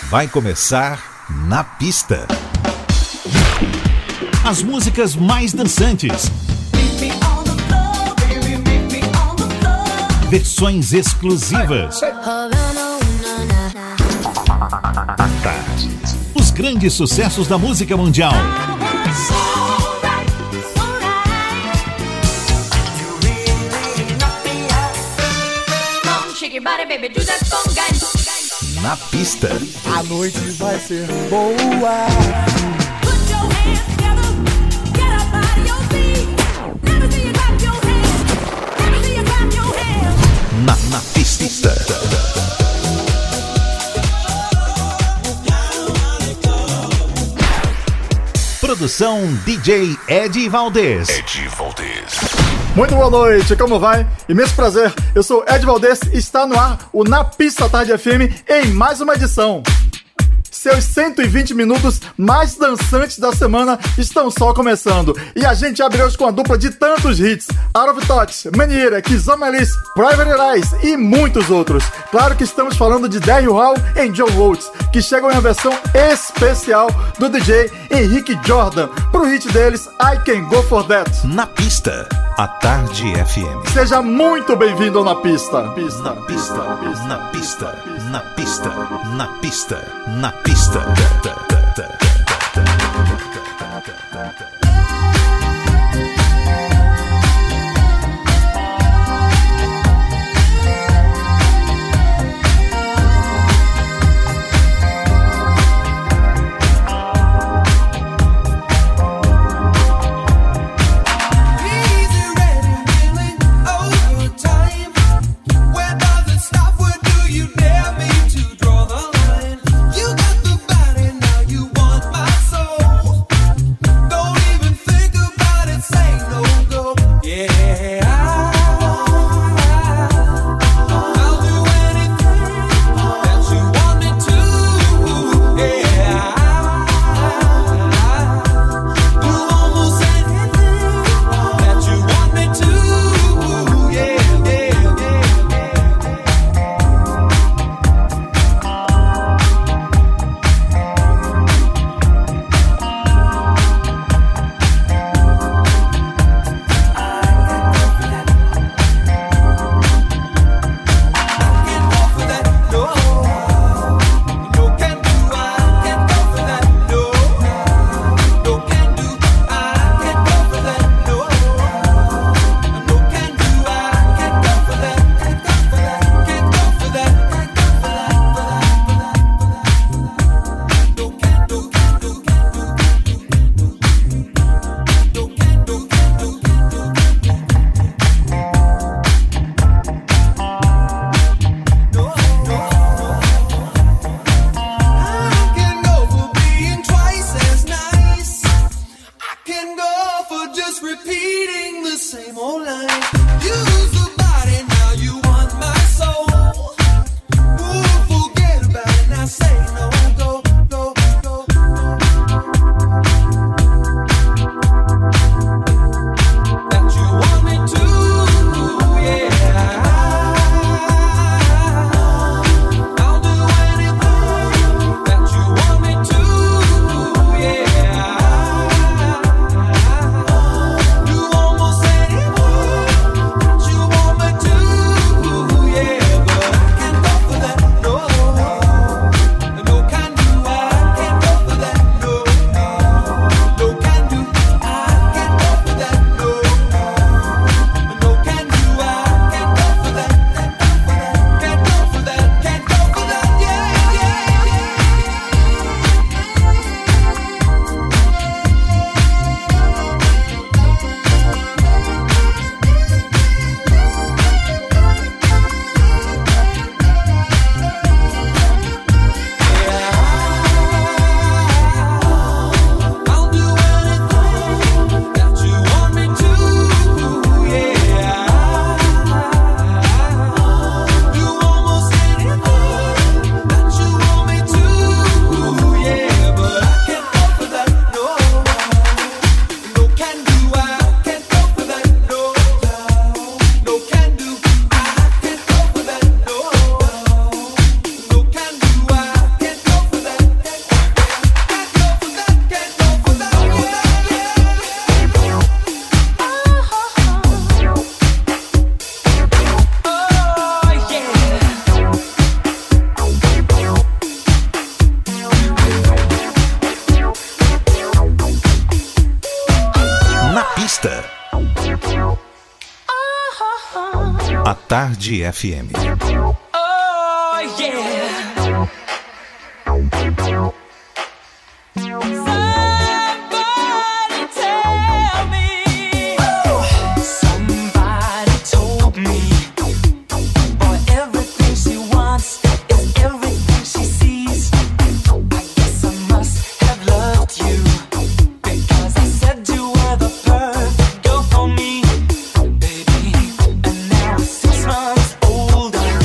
Vai começar Na Pista. As músicas mais dançantes. Versões exclusivas. À tarde. Os grandes sucessos da música mundial. Na Pista. A noite vai ser boa. Na Pista. Produção DJ Ed Valdez. Muito boa noite, como vai? Imenso prazer, eu sou Ed Valdez e está no ar o Na Pista Tarde FM em mais uma edição. Seus 120 minutos mais dançantes da semana estão só começando. E a gente abre hoje com a dupla de tantos hits: Out of Touch, Maniera, Kizomba Elise, Private Eyes e muitos outros. Claro que estamos falando de Daryl Hall e John Rhodes, que chegam em uma versão especial do DJ Henrique Jordan, pro hit deles I Can Go For That. Na Pista, a Tarde FM. Seja muito bem-vindo ao Na Pista. Na pista, na pista, na pista, na pista, na pista. Tarde FM. Oh, yeah. Older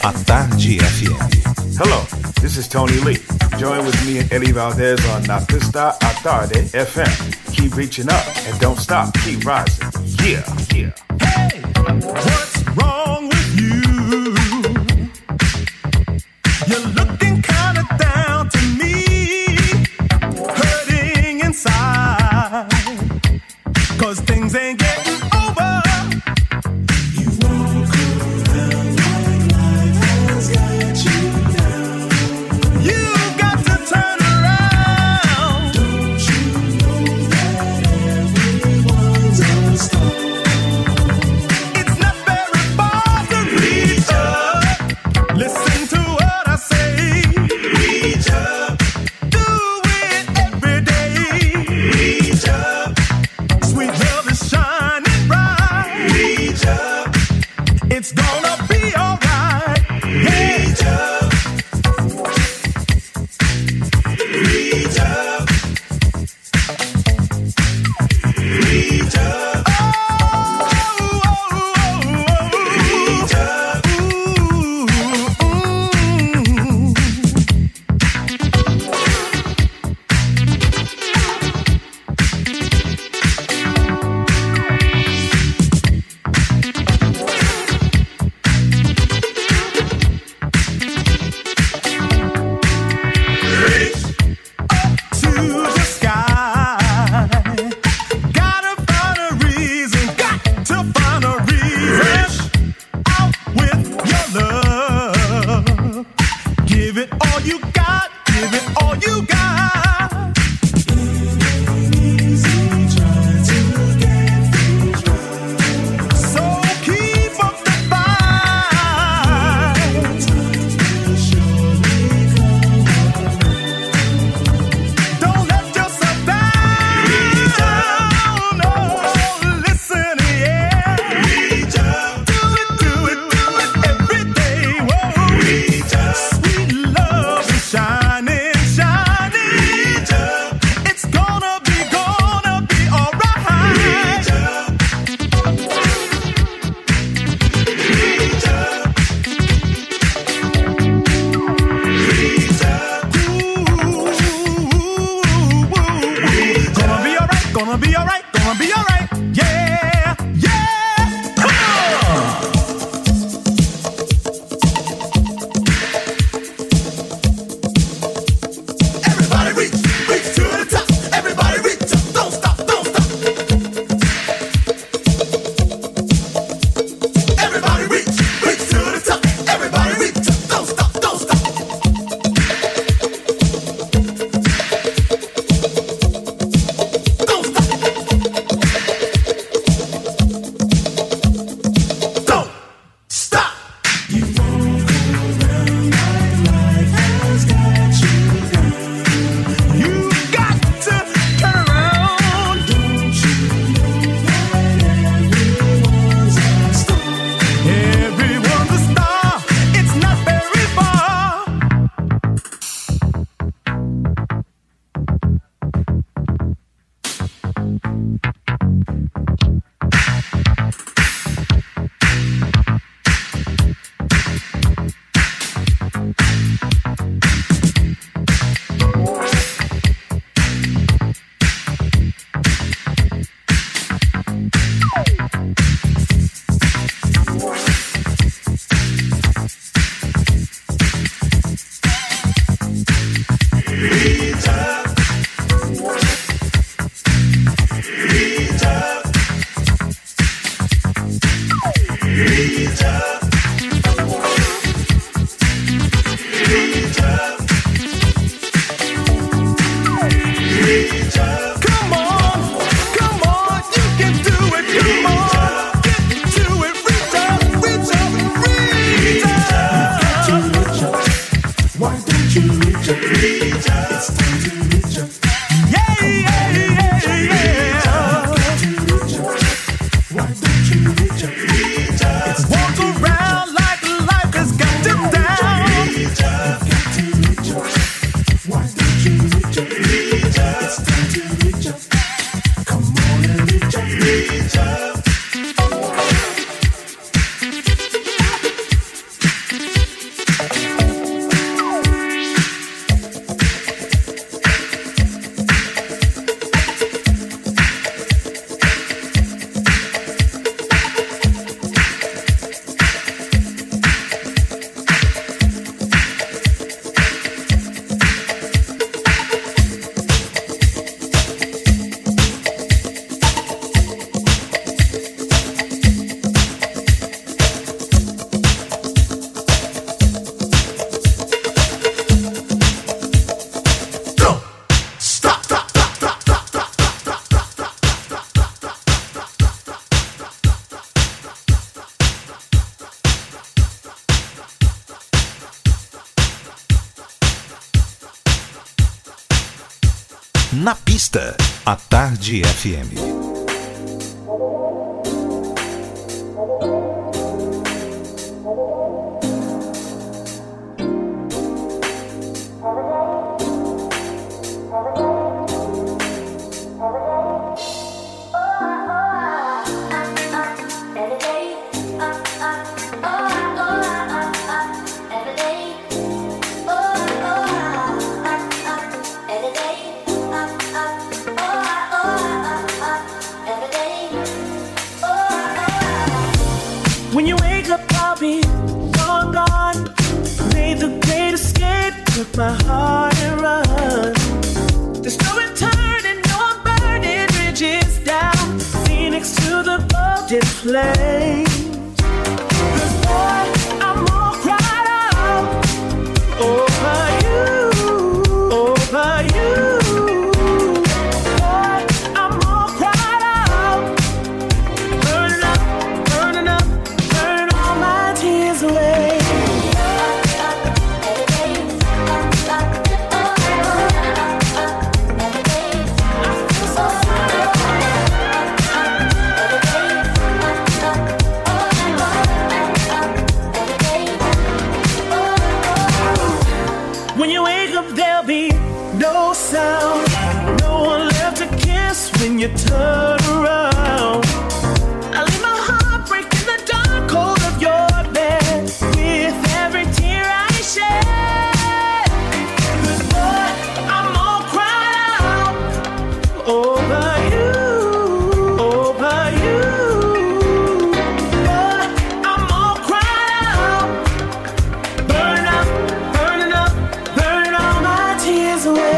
A Tarde FM. Hello, this is Tony Lee. Join with me and Eddie Valdez on Na Pista A Tarde FM. Keep reaching up and don't stop. Keep rising. Yeah, yeah. Hey, what's wrong with you? You're looking kind of down to me, hurting inside, 'cause things ain't getting over. You walk around like life has got you down. You got to turn around. Don't you know that everyone's a star? It's not very far to reach up. Listen to what I say. Reach up. Do it every day. Reach up. Sweet love is shining bright. Reach up. It's gonna be alright. Reach up. Reach up. Reach up. Reach up. Reach up to the sky. Gotta find a reason. Got to find a reason. Out with your love. Give it all you got. Give it all you got. So keep up the fight. Don't let yourself down. No, listen here. Reach up. Do it every day. Whoa. Reach up. Sweet love is shining. Reach up. It's gonna be alright. Reach up. Reach up. Reach up. Gonna be alright, gonna be alright, gonna be alright. Yeah, yeah. Come on. Everybody reach to the top. Everybody reach up, don't stop, don't stop. Everybody reach to the top. Everybody reach up, don't stop, don't stop. Don't stop. Don't stop. You walk around like life has got you down. You got Na pista, a Tarde FM. When you wake up, I'll be long gone. Made the great escape, took my heart and run. There's no returning, no I'm burning bridges down. Phoenix to the golden flame. 'Cause boy, I'm all cried out over you, over you. Boy, I'm all cried out, burning up, burning up. Burn all my tears away. When you wake up, there'll be no sound, no one left to kiss when you turn around. I leave my heart break in the dark cold of your bed with every tear I shed. 'Cause boy, I'm all cried out over you, over you. Boy, I'm all cried out, burning up, burning up, burning all my tears away.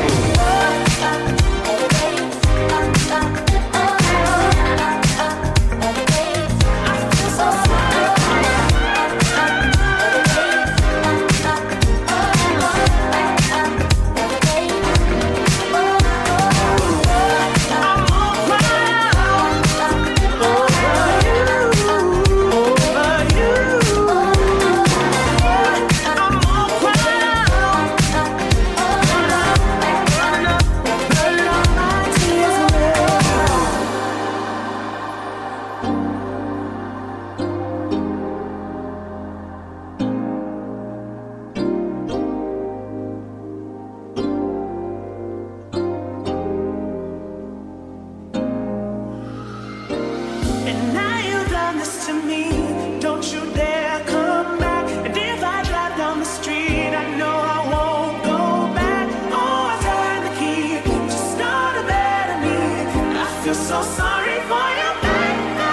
And now you've done this to me. Don't you dare come back. And if I drive down the street, I know I won't go back. Oh, I turn the key, just start a better me. I feel so sorry for you, baby.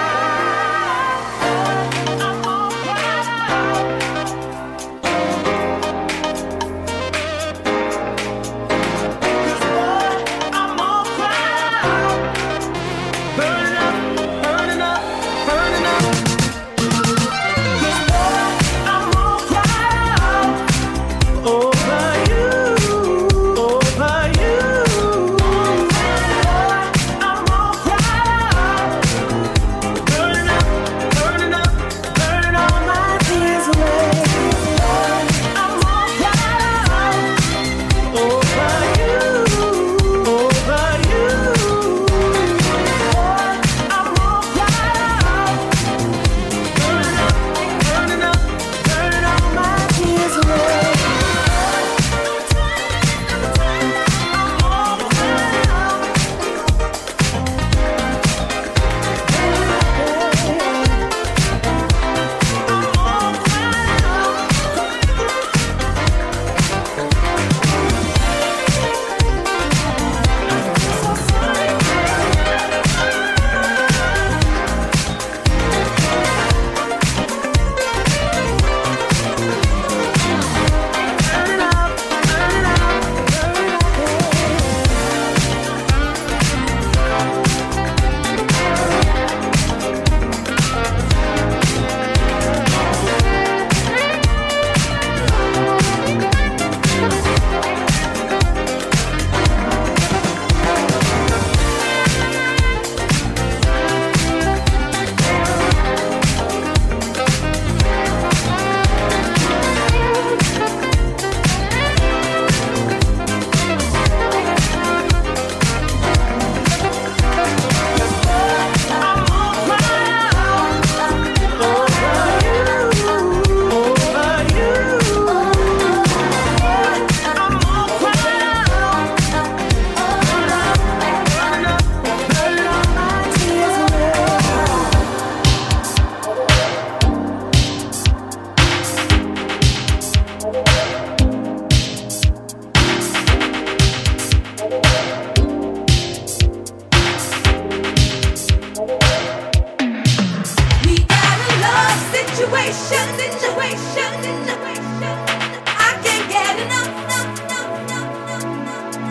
I'm all cried out. 'Cause boy, I'm all cried out. Burning up, burning up, burning up. 'Cause boy, I'm all cried out over you, over you. Boy, I'm all cried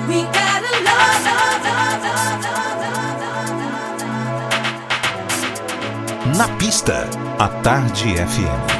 We gotta love. Na pista, a Tarde FM.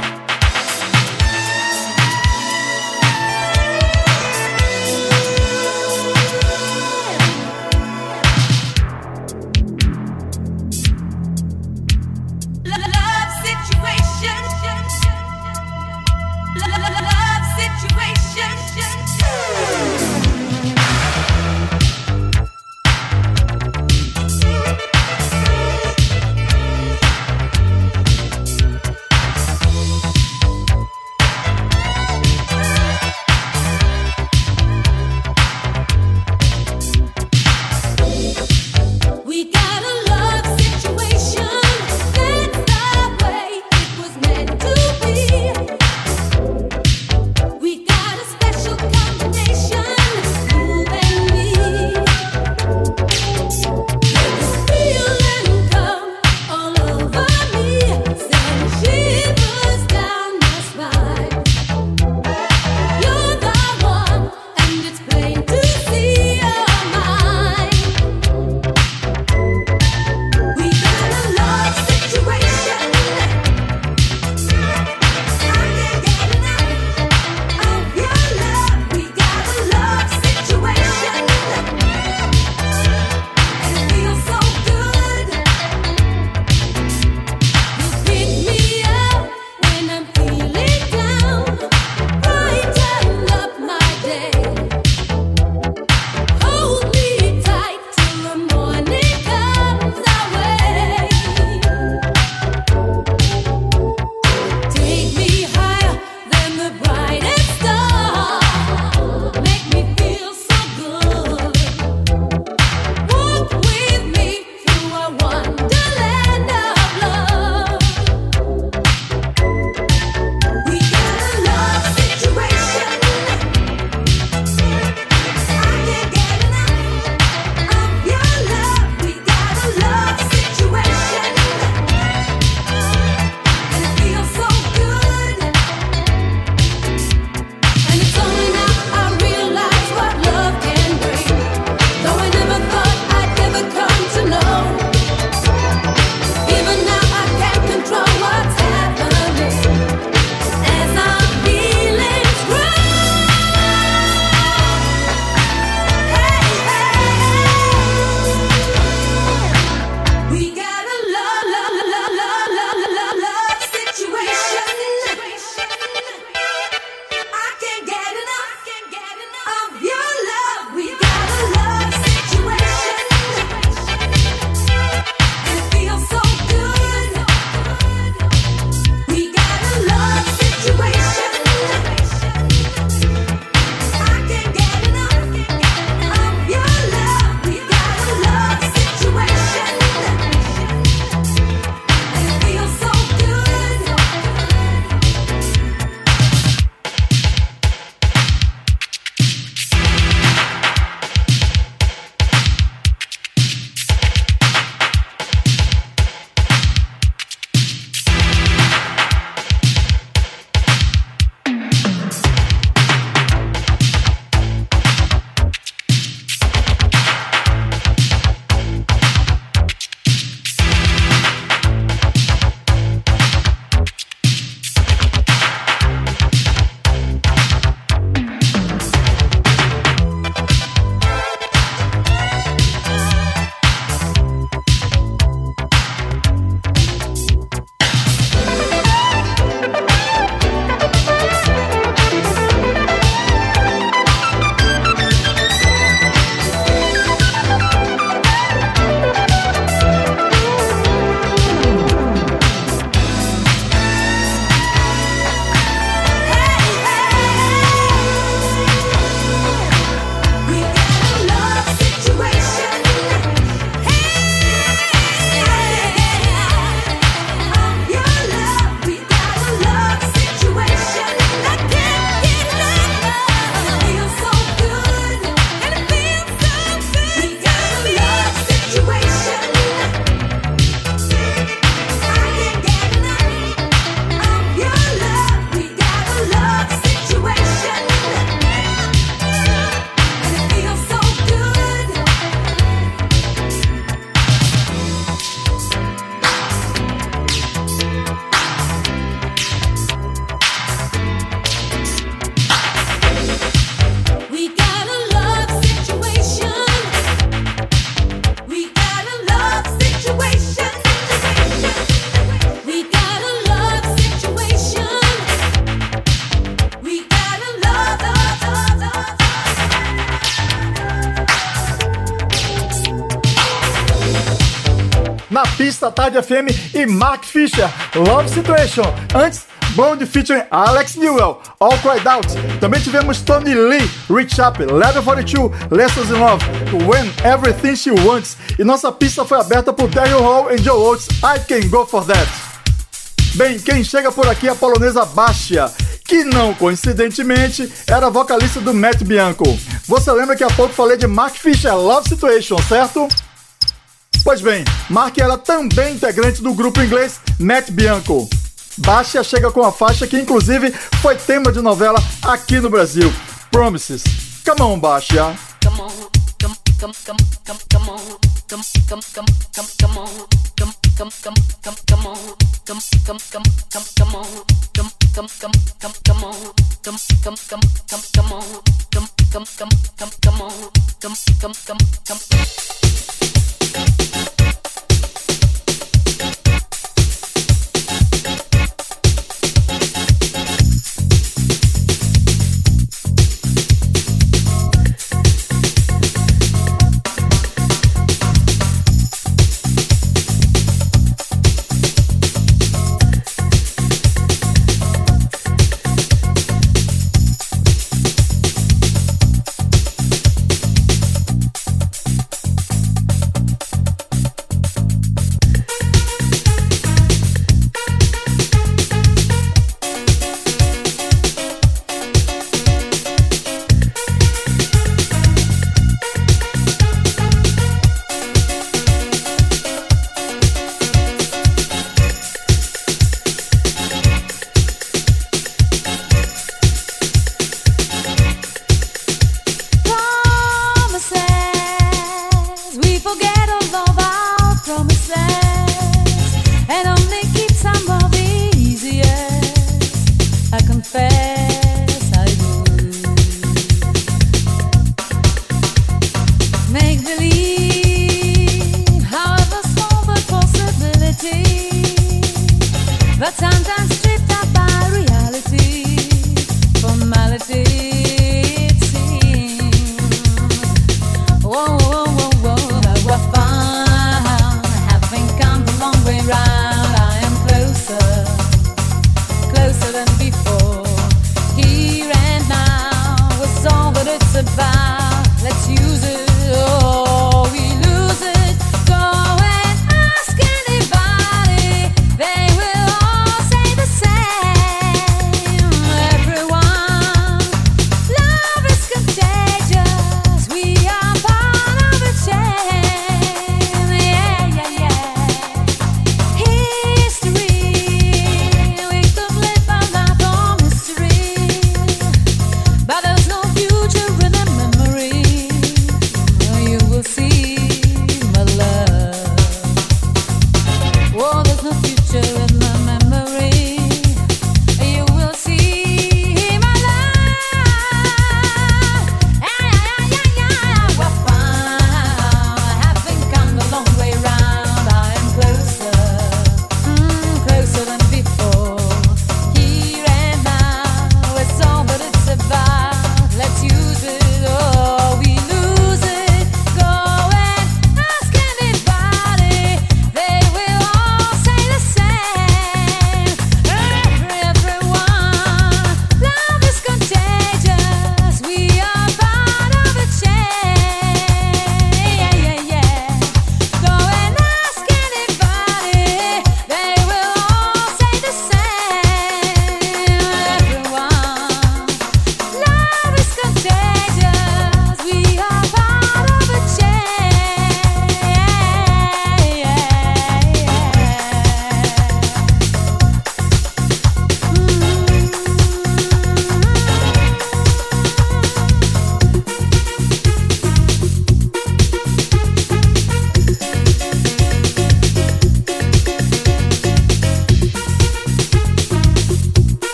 na pista Tarde FM e Mark Fisher, Love Situation. Antes, Blonde featuring Alex Newell, All Cried Out. Também tivemos Tony Lee, Rich Up, Level 42, Lessons in Love, When Everything She Wants. E nossa pista foi aberta por Daryl Hall e Joe Oates, I Can Go For That. Bem, quem chega por aqui é a polonesa Basia, que não coincidentemente era vocalista do Matt Bianco. Você lembra que há pouco falei de Mark Fisher, Love Situation, certo? Pois bem, Mark era também integrante do grupo inglês Matt Bianco. Basia chega com a faixa que inclusive foi tema de novela aqui no Brasil, Promises. Come on, Basia. Come on, come on, come on, come on, come on.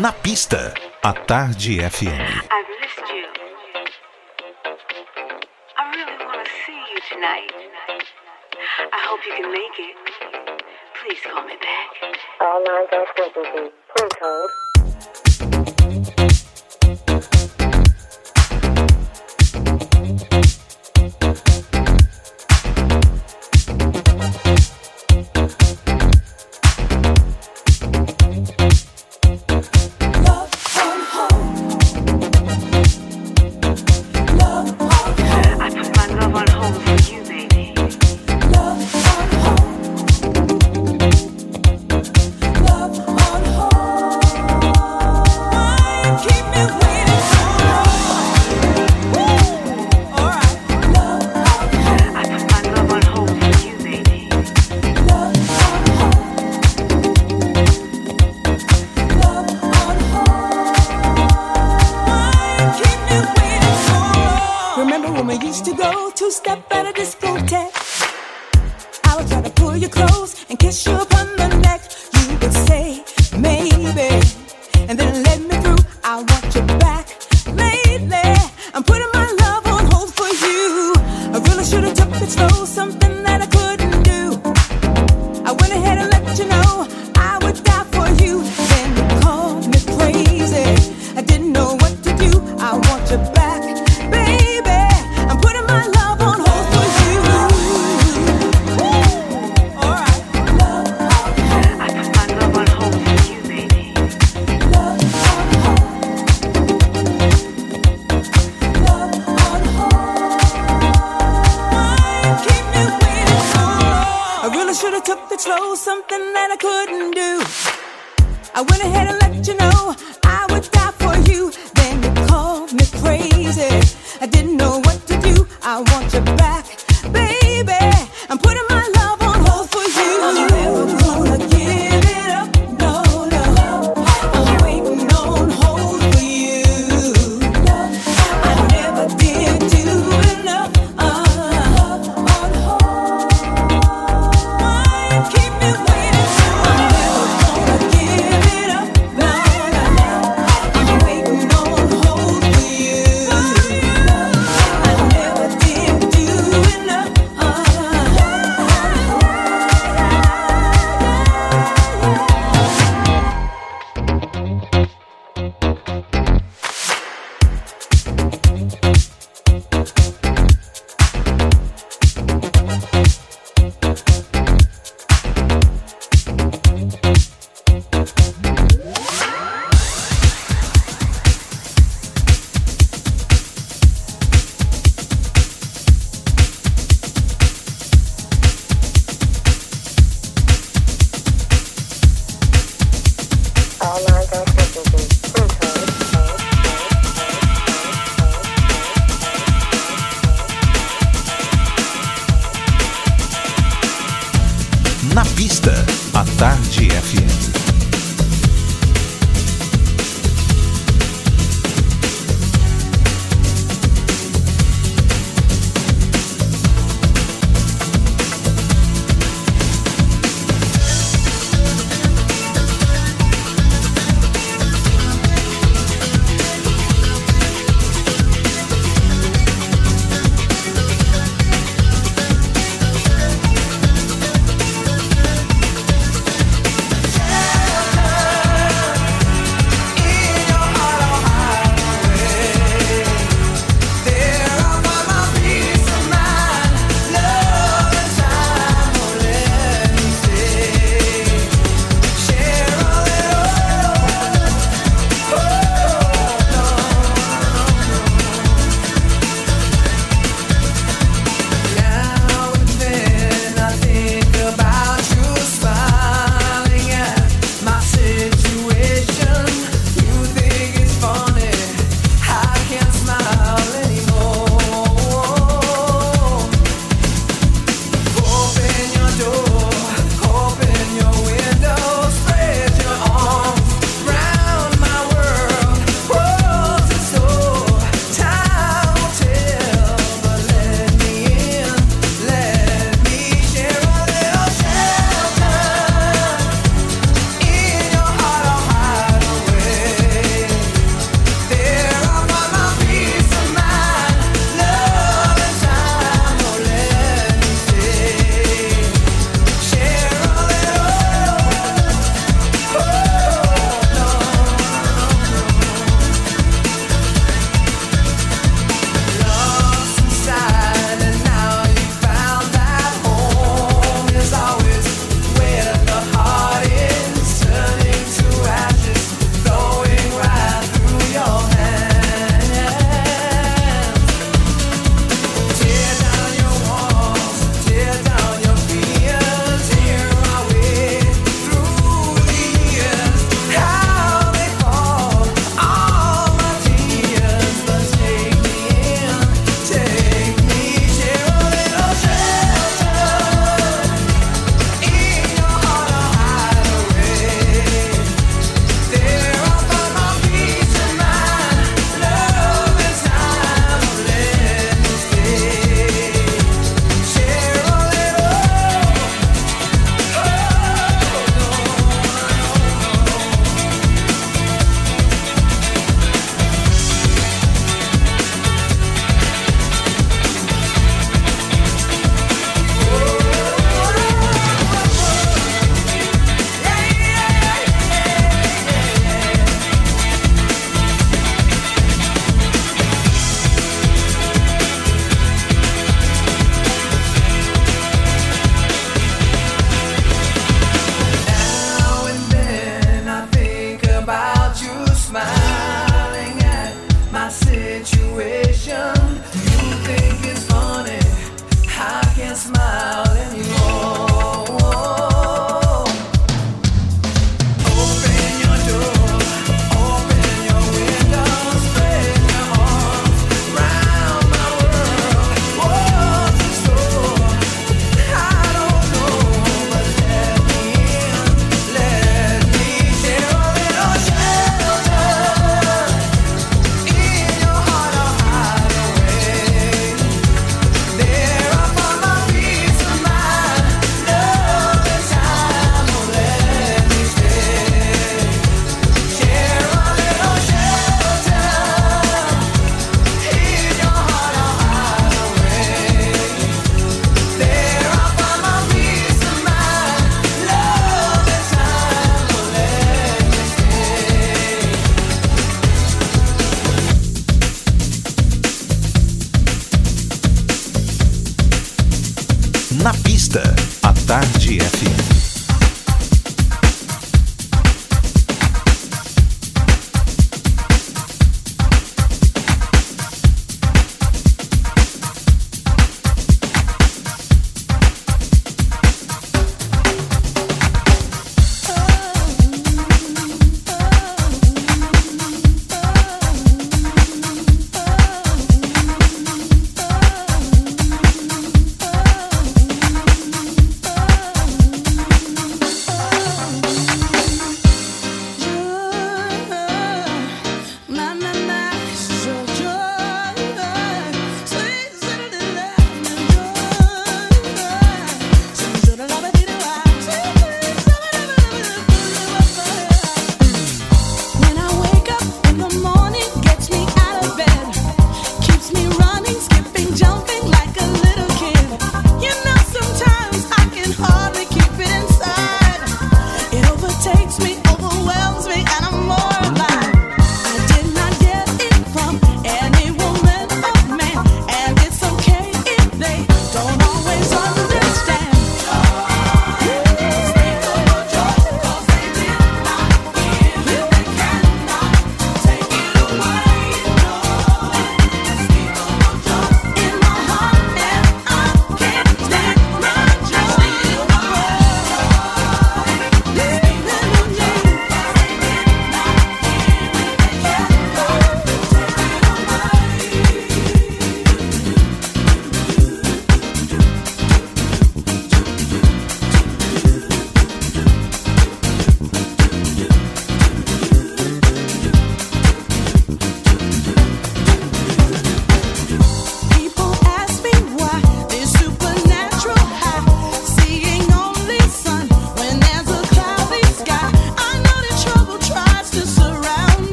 Na pista, a Tarde FM. I've missed you. I really want to see you tonight. I hope you can make it. Please call me back. All lines are busy. Please hold. Na pista, a Tarde FM. Yeah.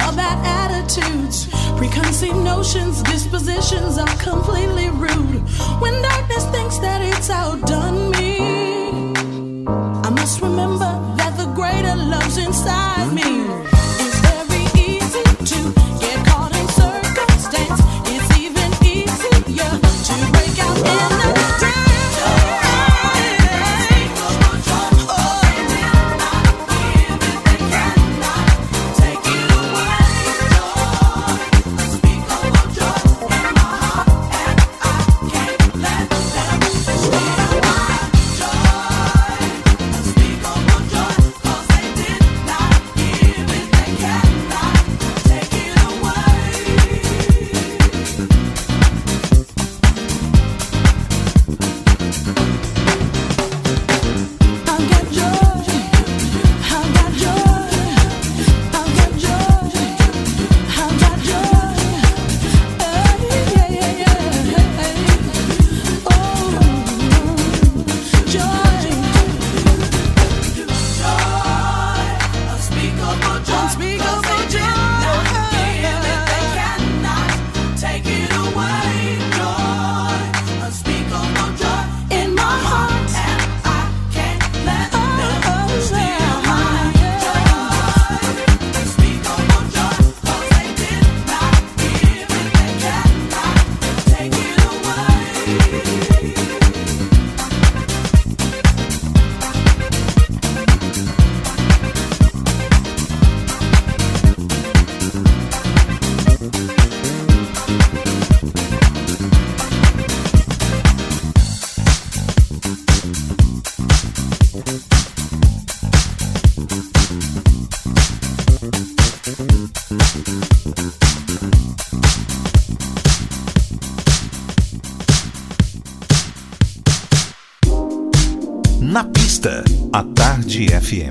or bad attitudes, preconceived notions, dispositions are completely rude. When darkness thinks that it's outdone me, I must remember that the greater love's inside me. It's very easy to get caught in circumstance. It's even easier to break out in the day. Na pista, à Tarde FM.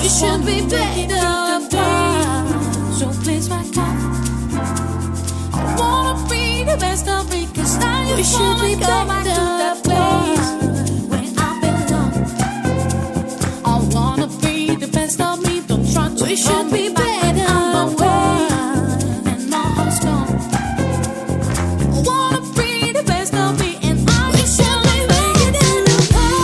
should be better apart. So please back off. I wanna be the best of me, 'cause I just wanna go back to that place where I belong. I wanna be the best of me, don't try to we should be better apart. And my heart's gone. I wanna be the best of me, and I just wanna make it in the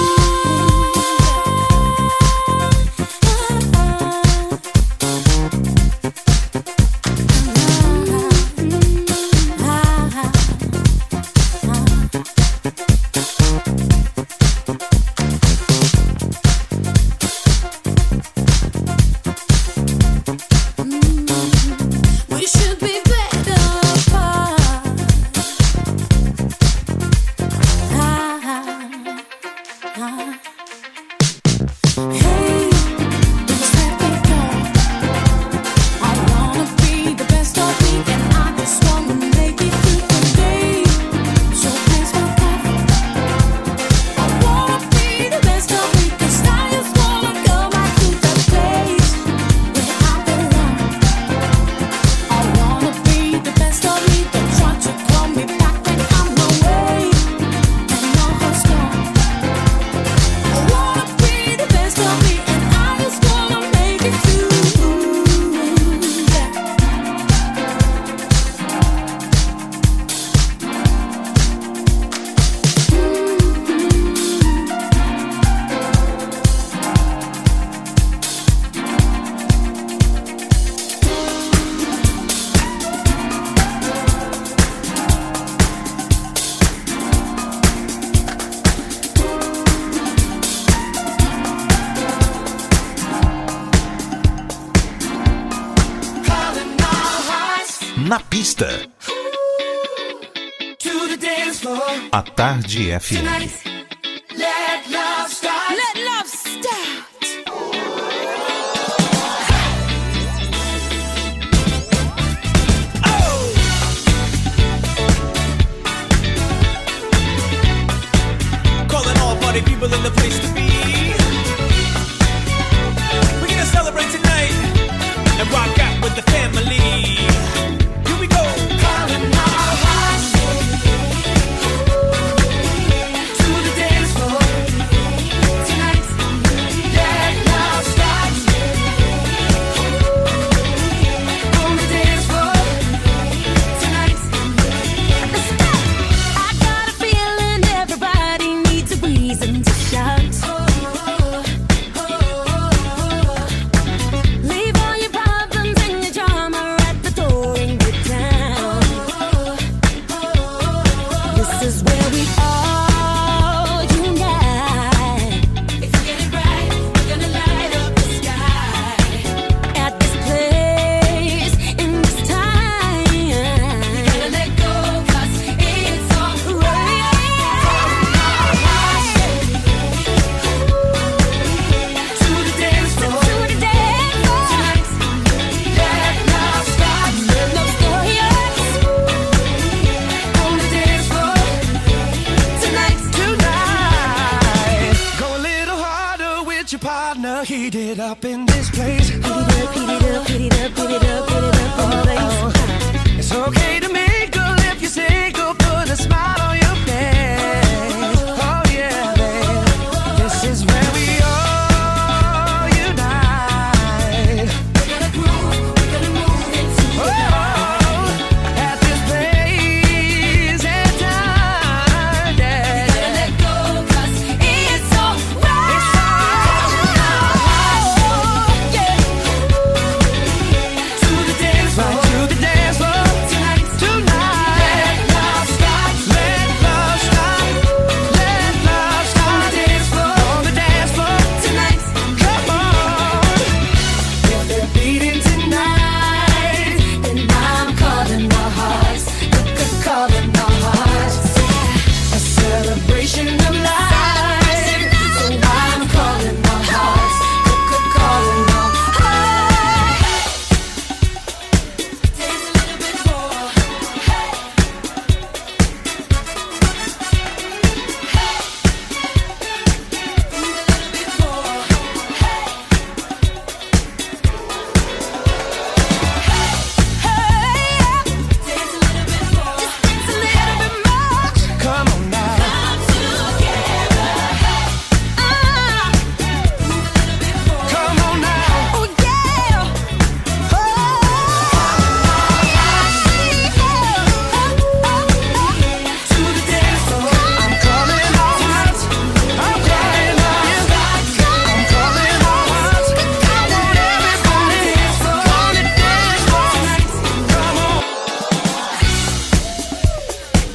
we should be better apart. Hey, just let me go. I wanna be the best of me, and I just wanna make it through the day. So please back off. I wanna be the best of me, 'cause I just wanna go back to that place where I belong. I wanna be the best of me, don't try to call me back when I'm away and my heart's gone. I wanna be the best of me, and I just wanna make it through. Na pista. To the dance floor. A Tarde FM. Let love start. Let love start. Calling all party people in the place to be. We're gonna celebrate tonight and rock out with the family. Here we go. Calling all hearts to the dance floor tonight. Let love start on the dance floor tonight. Let's go. I got a feeling everybody needs a reason to shout. Leave all your problems and your drama at the door and get down. This is where we all unite. If you get it right, we're gonna light up the sky. At this place, in this time. Gotta let go, 'cause it's all right. To the dance floor To the dance floor. tonight. Let love start No stories. on the dance floor tonight. Go a little harder with your partner. Heat it up in this place. Put it up, put it up, put it up, put it up, put it up in the place. It's okay to mingle if you're single. Put a smile on your face. Oh yeah, babe. This is where we all unite. We're gonna groove, we're gonna move into the night. At this place and time, yeah. Gotta let go, 'cause it's all right. It's all right. Yeah. To the dance floor. Right to the dance floor tonight. Tonight. Let love start. Let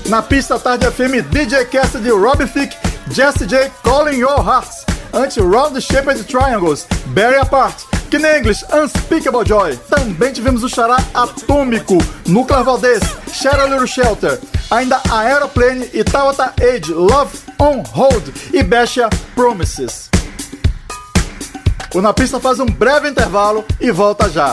Na pista Tarde FM, DJ Cassidy, Robbie Thicke, Jesse J, Calling Your Hearts. Antes, Round-Shaped Triangles, Bury Apart. Kina English, Unspeakable Joy. Também tivemos o xará Atômico, Nuclear Valdez, Share a Little Shelter. Ainda Aeroplane e Tawata Age, Love on Hold. E Besha, Promises. O Na Pista faz um breve intervalo e volta já.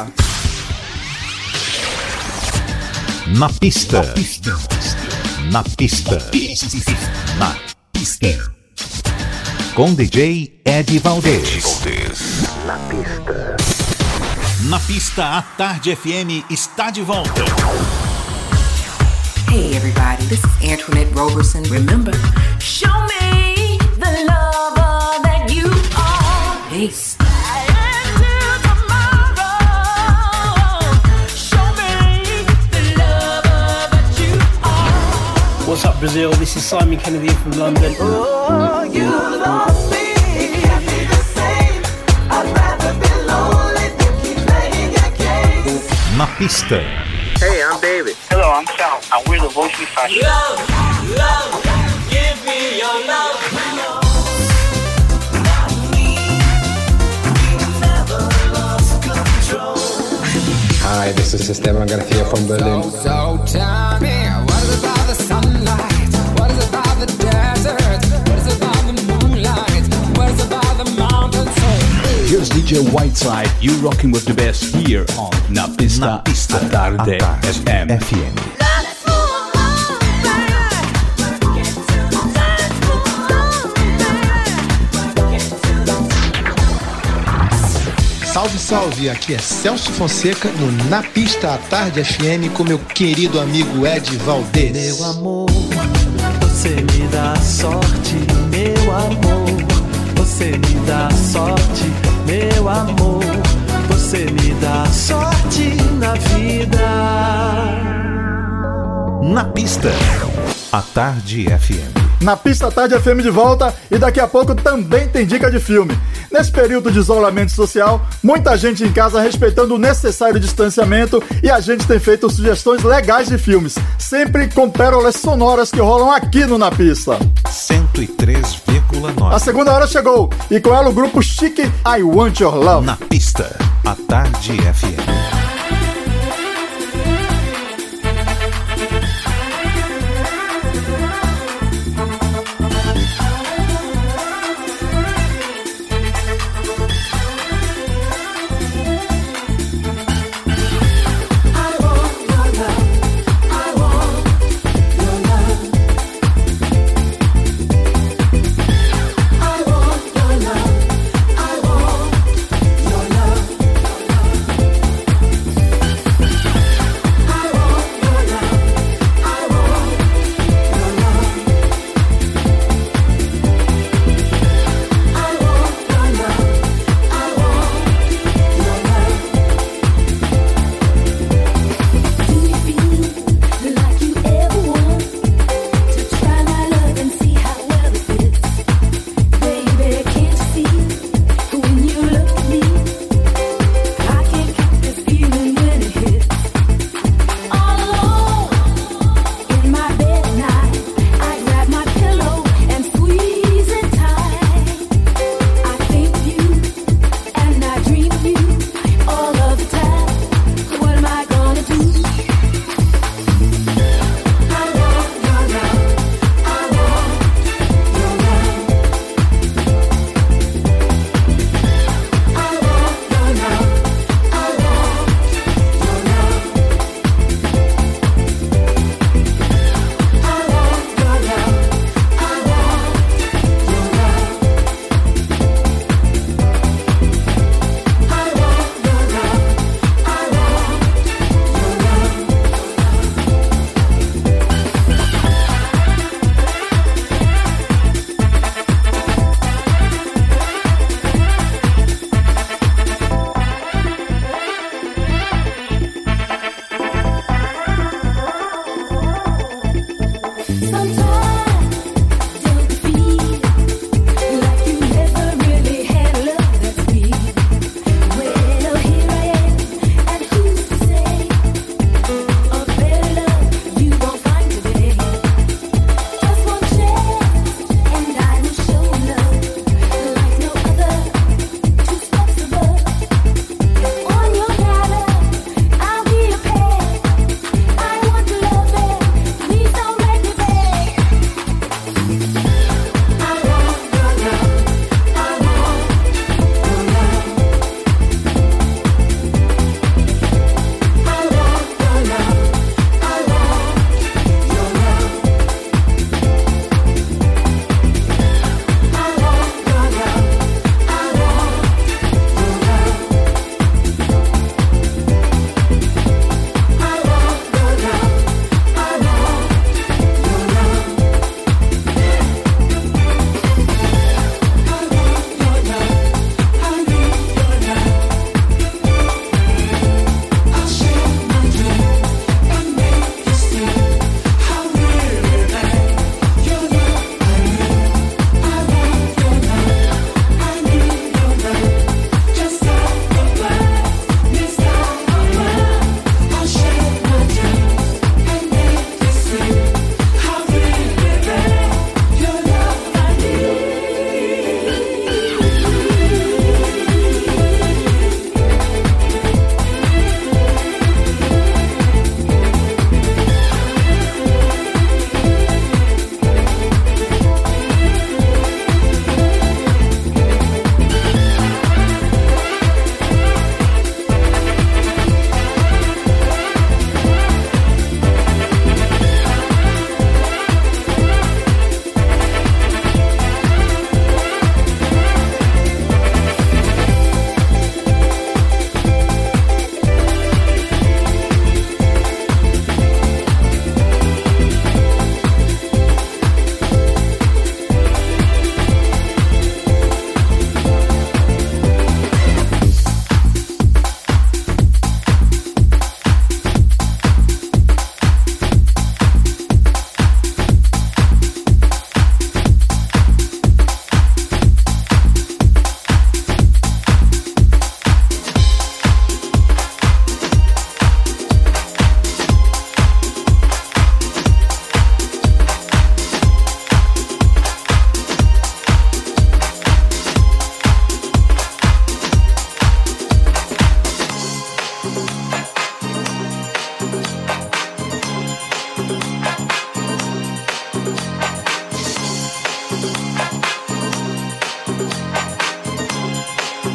Na pista. Na pista. Na pista. Com DJ Ed Valdez. Na pista. Na pista, a Tarde FM está de volta. Hey everybody, this is Antoinette Roberson. Remember, show me the lover that you are. Peace. What's up, Brazil? This is Simon Kennedy from London. Oh, you lost me. Can't be the same. I'd rather be lonely than keep playing your game. Na pista. Hey, I'm David. Hello, I'm Sal, and we're the Voice We Fashion. Love, love, give me your love. Hi, this is Esteban Garcia from Berlin. So tell me, what is about the sunlight? What is about the desert? What is about the moonlight? What is about the mountain soul? Here's DJ Whiteside, you rocking with the best here on Na Pista, a Tarde FM. Salve, salve! Aqui é Celso Fonseca no Na Pista à Tarde FM com meu querido amigo Ed Valdez. Meu amor, você me dá sorte, meu amor. Você me dá sorte, meu amor. Você me dá sorte na vida. Na pista, a Tarde FM. Na Pista Tarde FM de volta e daqui a pouco também tem dica de filme. Nesse período de isolamento social, muita gente em casa respeitando o necessário distanciamento e a gente tem feito sugestões legais de filmes, sempre com pérolas sonoras que rolam aqui no Na Pista. 103,9. A segunda hora chegou e com ela o grupo Chique I Want Your Love. Na Pista, a Tarde FM.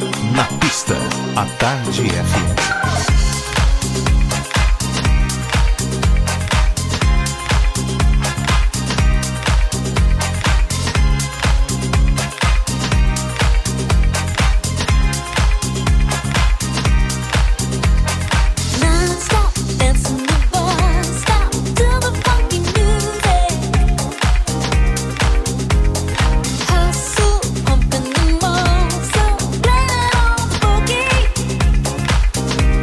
Na pista, a Tarde FM. Pumping the muscle, play it on the boogie.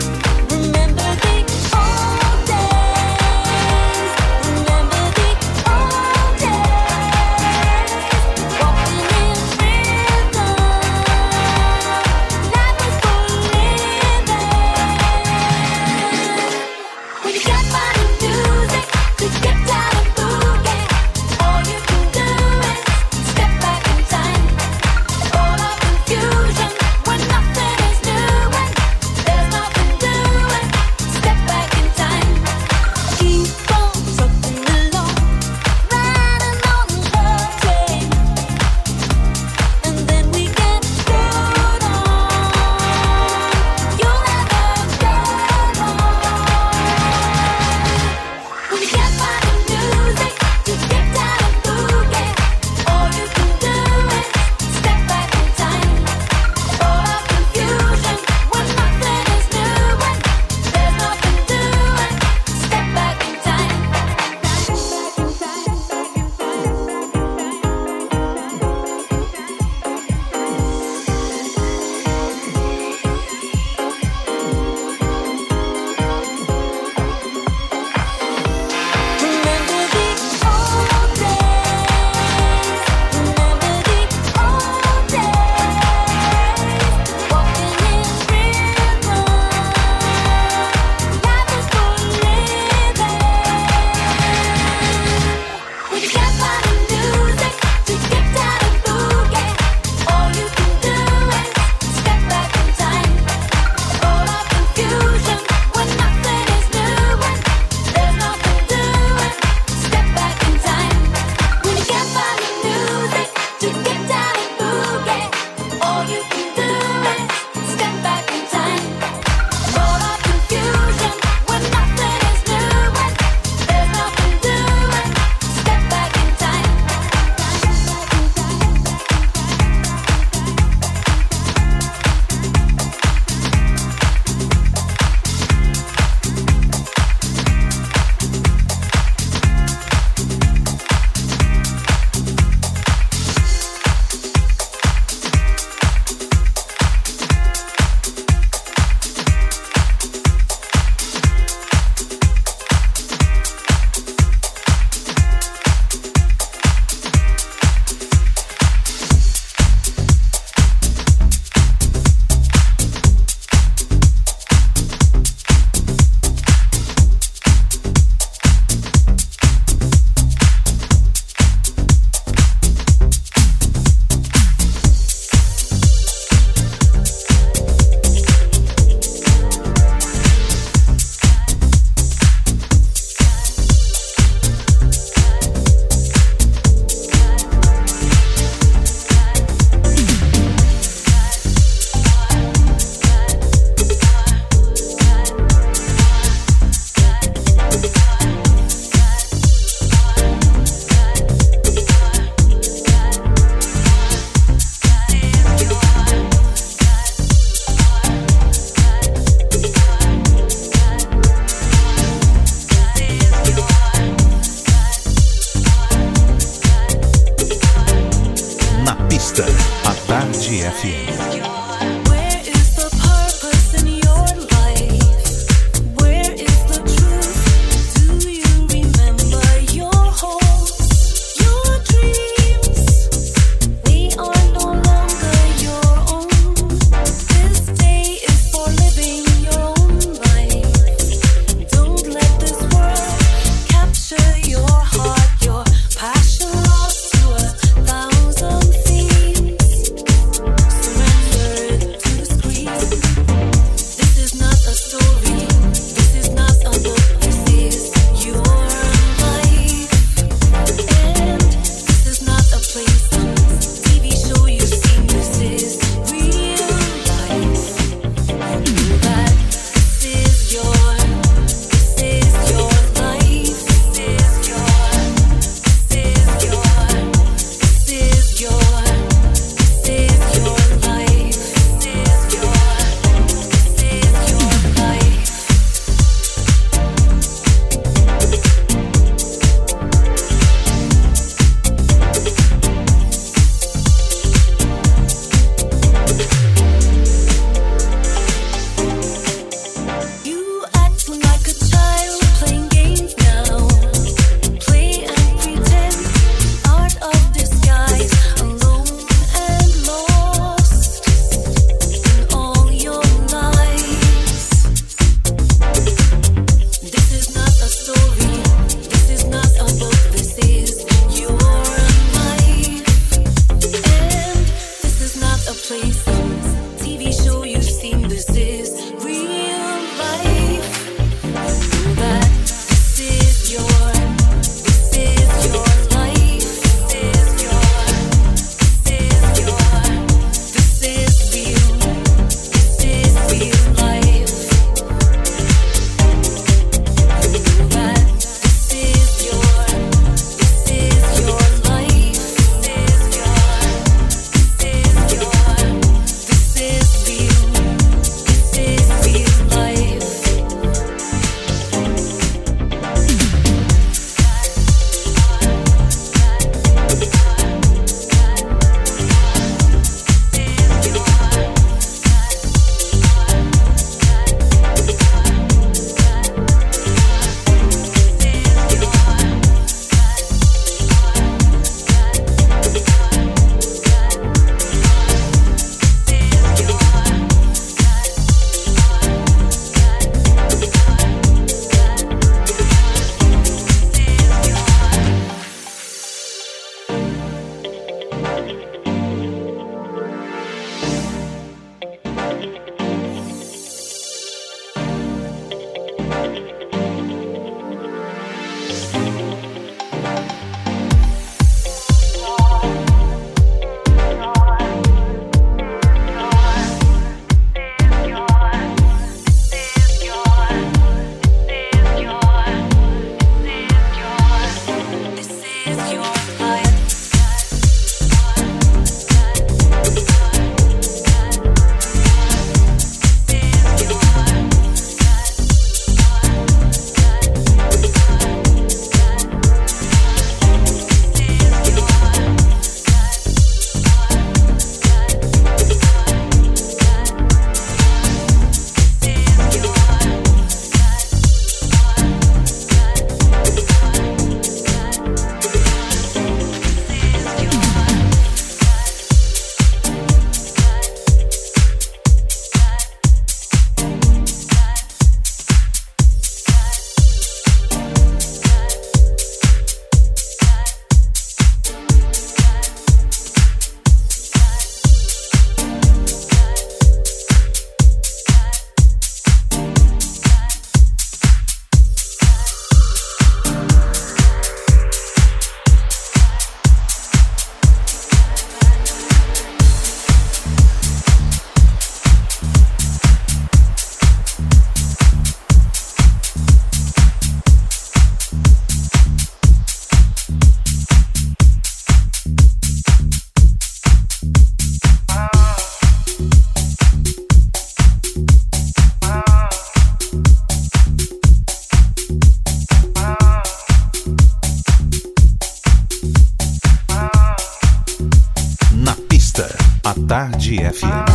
Tarde FM.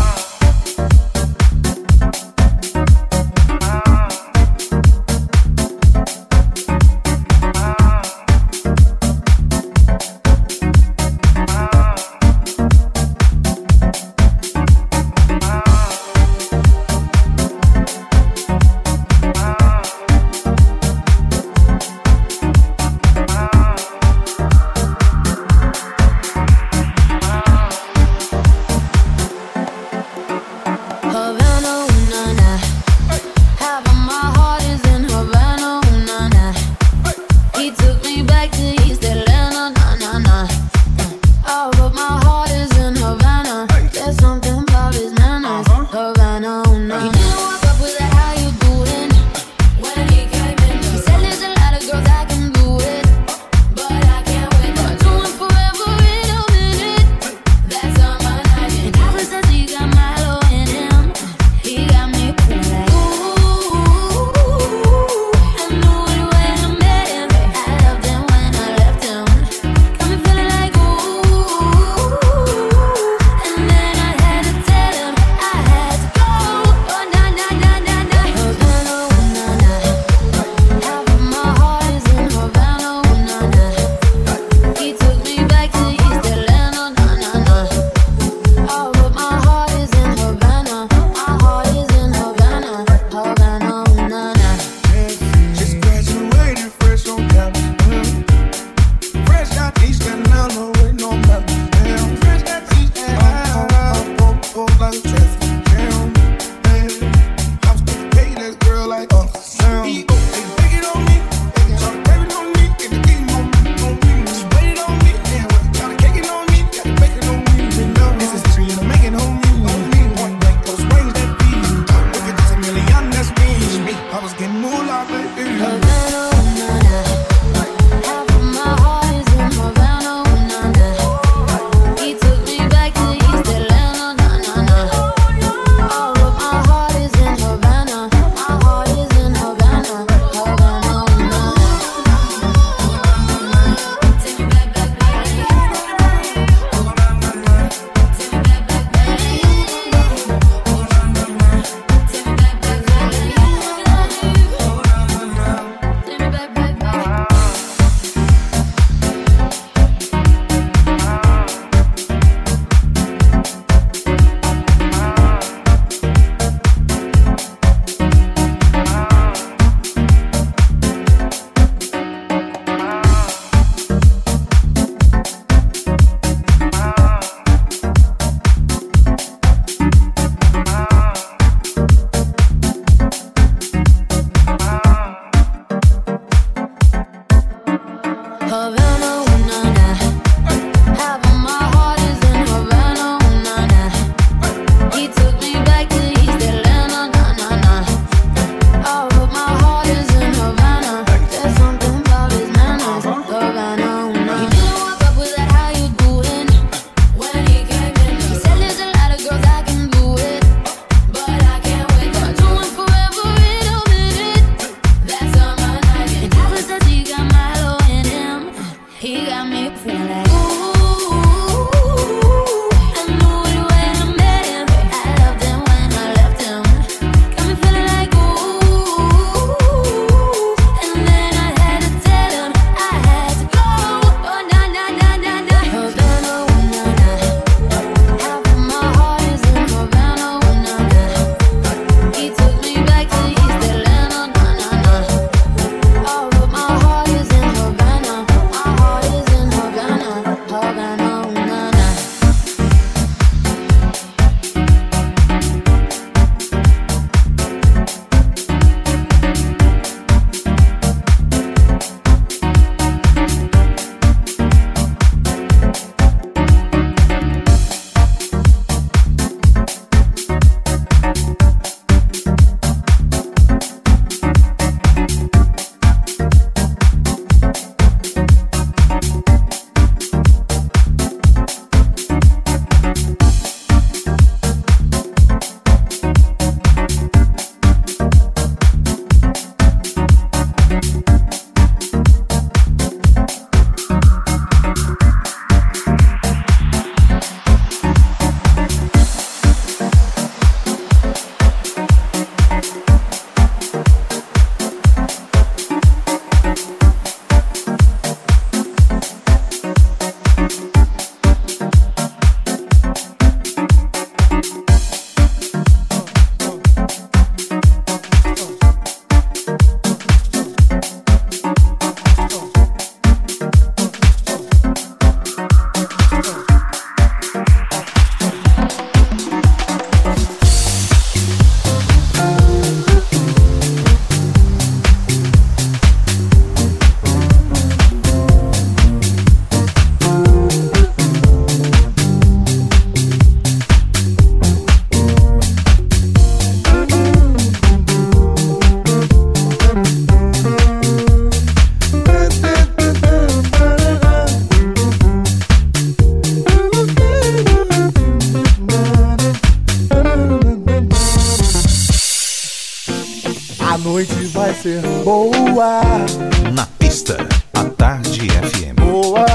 noite vai ser boa. Na pista, a Tarde FM. Boa.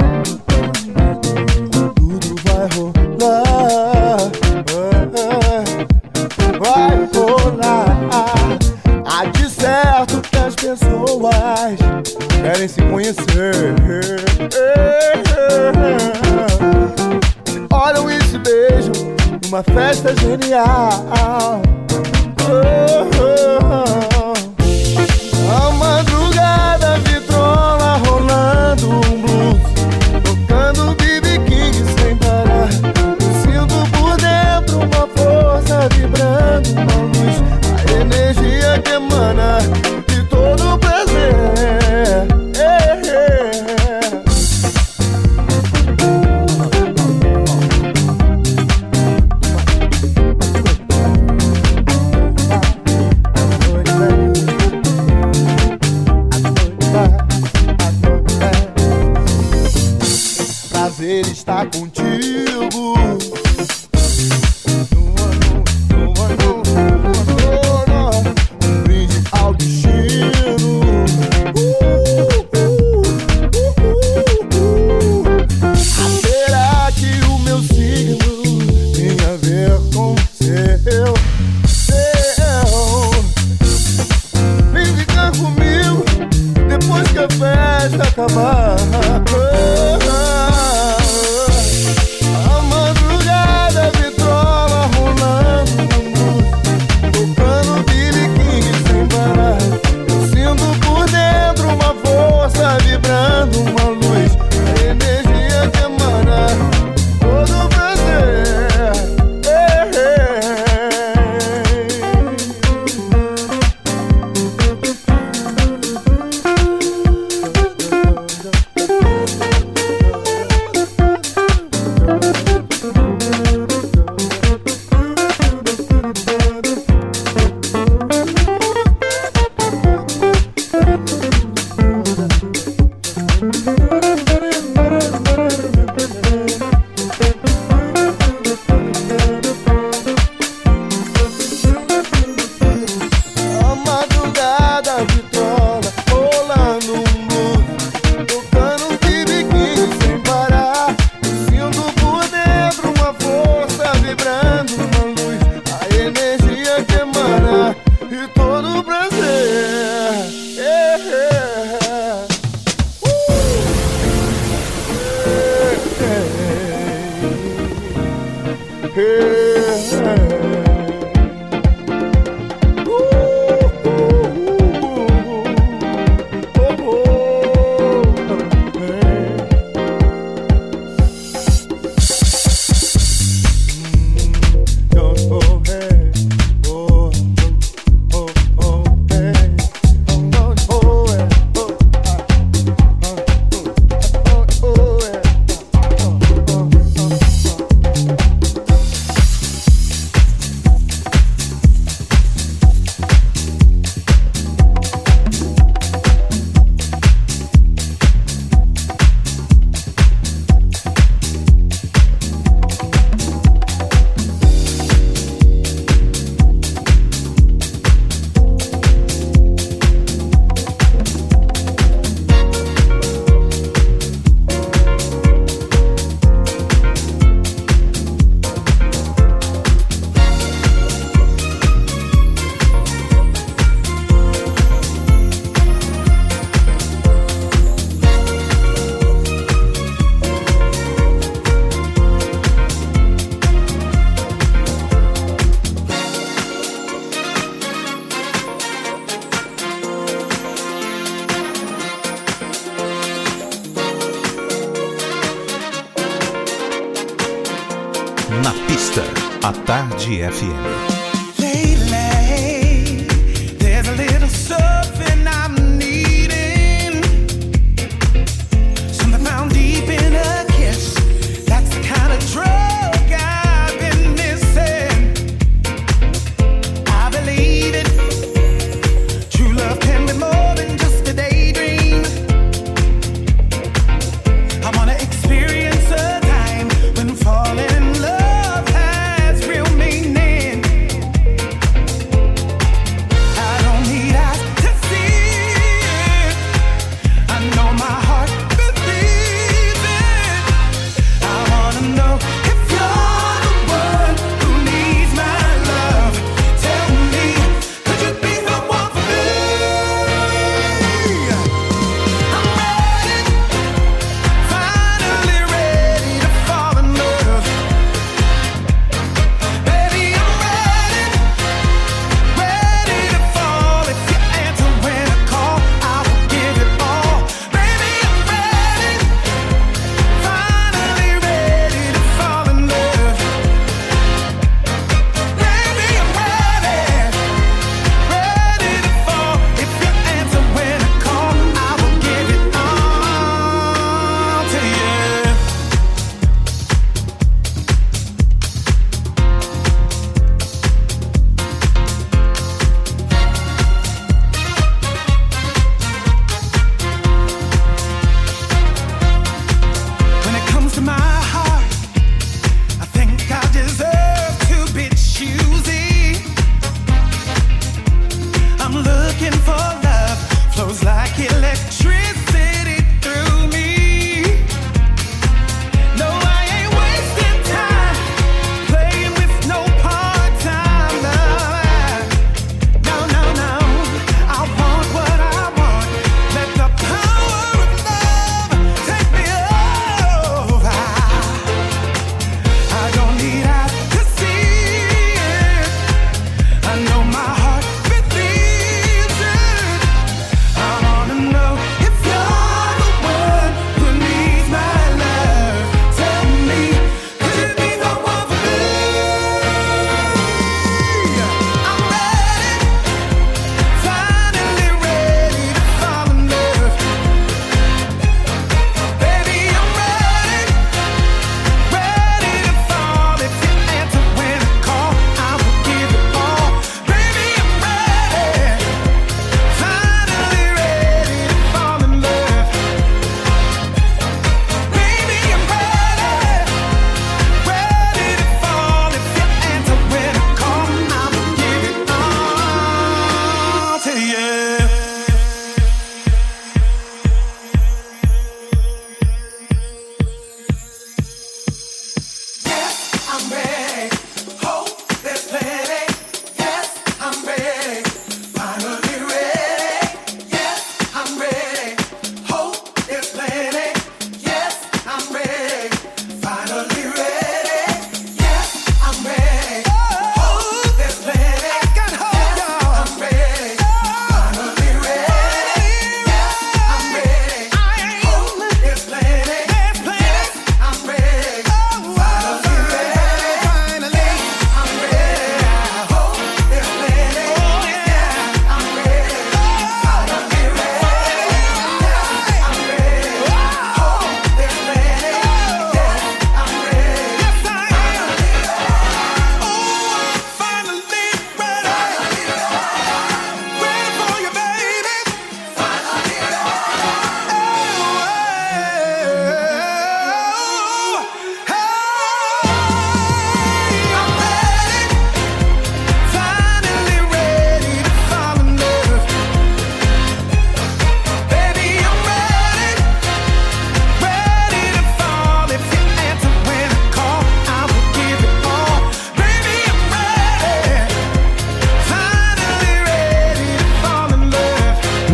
Tudo vai rolar. Vai rolar. Há de certo que as pessoas querem se conhecer. Olham e se beijam numa festa genial. A madrugada vitrola rolando um blues, tocando B.B. King sem parar. Sinto por dentro uma força vibrando, uma luz, a energia que emana de todo o prazer. Prazer estar contigo. Um brinde ao destino. Será que o meu signo tem a ver com o seu? Vem ficar comigo depois que a festa acabar. A madrugada vitrola rolando, tocando B.B. King sem parar. Eu sinto por dentro uma força vibrando, uma luz, a energia que emana todo o prazer. A madrugada vitrola rolando um blues, tocando B.B. King sem parar. Eu sinto por dentro uma força vibrando, uma luz, a energia que emana e todo o prazer. Na pista, a Tarde FM. Lately, there's a little something I'm needing. Something found deep in a kiss. That's the kind of drug I've been missing. I believe it. True love can be more than just a daydream. I wanna experience a time when falling in love has real meaning.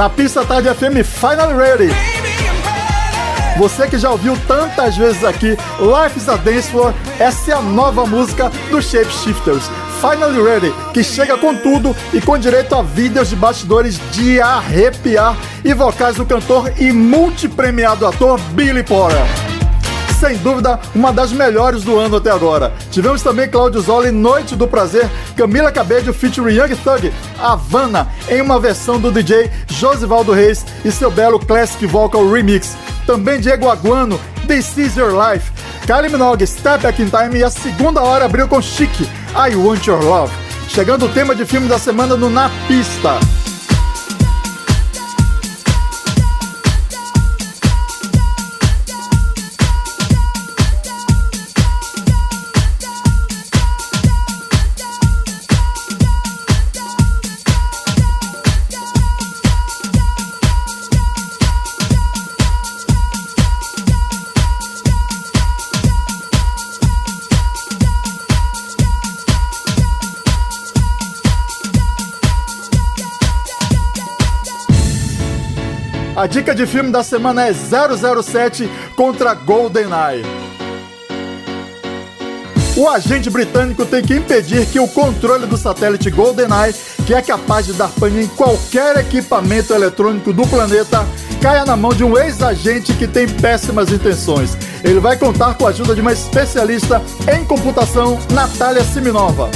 Na pista Tarde FM, Finally Ready. Você que já ouviu tantas vezes aqui, Life is a Dance Floor, essa é a nova música do Shapeshifters, Finally Ready, que chega com tudo e com direito a vídeos de bastidores de arrepiar e vocais do cantor e multipremiado ator Billy Porter. Sem dúvida, uma das melhores do ano até agora. Tivemos também Claudio Zoli, Noite do Prazer, Camila Cabello featuring Young Thug, Havana, em uma versão do DJ Josivaldo Reis e seu belo Classic Vocal Remix. Também Diego Aguano, This Is Your Life, Kylie Minogue, Step Back in Time, e a segunda hora abriu com Chic, I Want Your Love. Chegando o tema de filme da semana no Na Pista. A dica de filme da semana é 007 contra GoldenEye. O agente britânico tem que impedir que o controle do satélite GoldenEye, que é capaz de dar pane em qualquer equipamento eletrônico do planeta, caia na mão de um ex-agente que tem péssimas intenções. Ele vai contar com a ajuda de uma especialista em computação, Natália Siminova.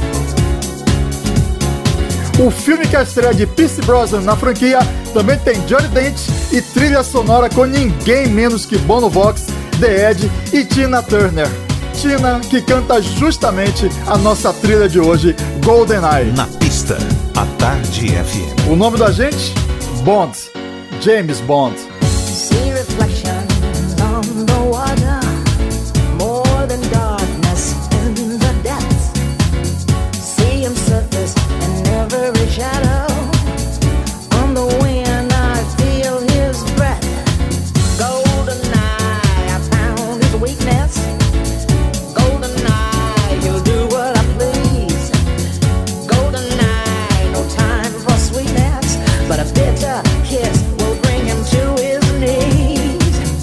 O filme que estreia de Pierce Brosnan na franquia também tem Judi Dench e trilha sonora com ninguém menos que Bono Vox, The Edge e Tina Turner. Tina, que canta justamente a nossa trilha de hoje, GoldenEye. Na pista, a Tarde FM. O nome do agente? Bond. James Bond. See reflections on the water, more than darkness in the depths. See him surface in every shadow. On the wind I feel his breath. GoldenEye, I found his weakness. GoldenEye, he'll do what I please. GoldenEye, no time for sweetness, but a bitter kiss will bring him to his knees.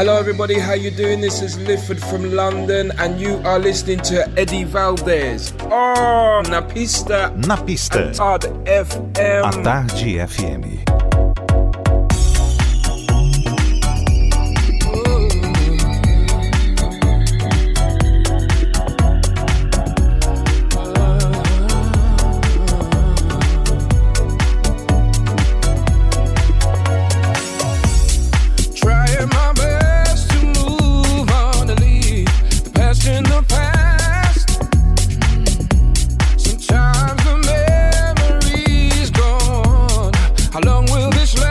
Hello everybody, how you doing? This is Lifford from London and you are listening to Eddie Valdez. Oh, na pista. Na pista. A Tarde FM. A Tarde FM. How long will this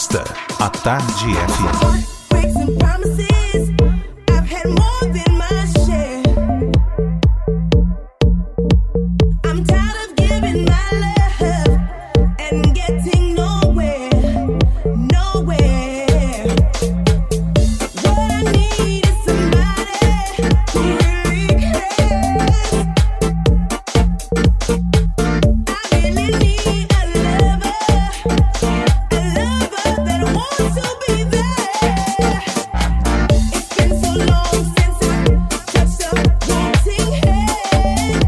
pista, a Tarde FM. Breaks and promises, I've had more than my share. I'm tired of giving my love and getting nowhere, nowhere. What I need is somebody who really cares. I really need a lover that wants to be there. It's been so long since I touched a wanting hand.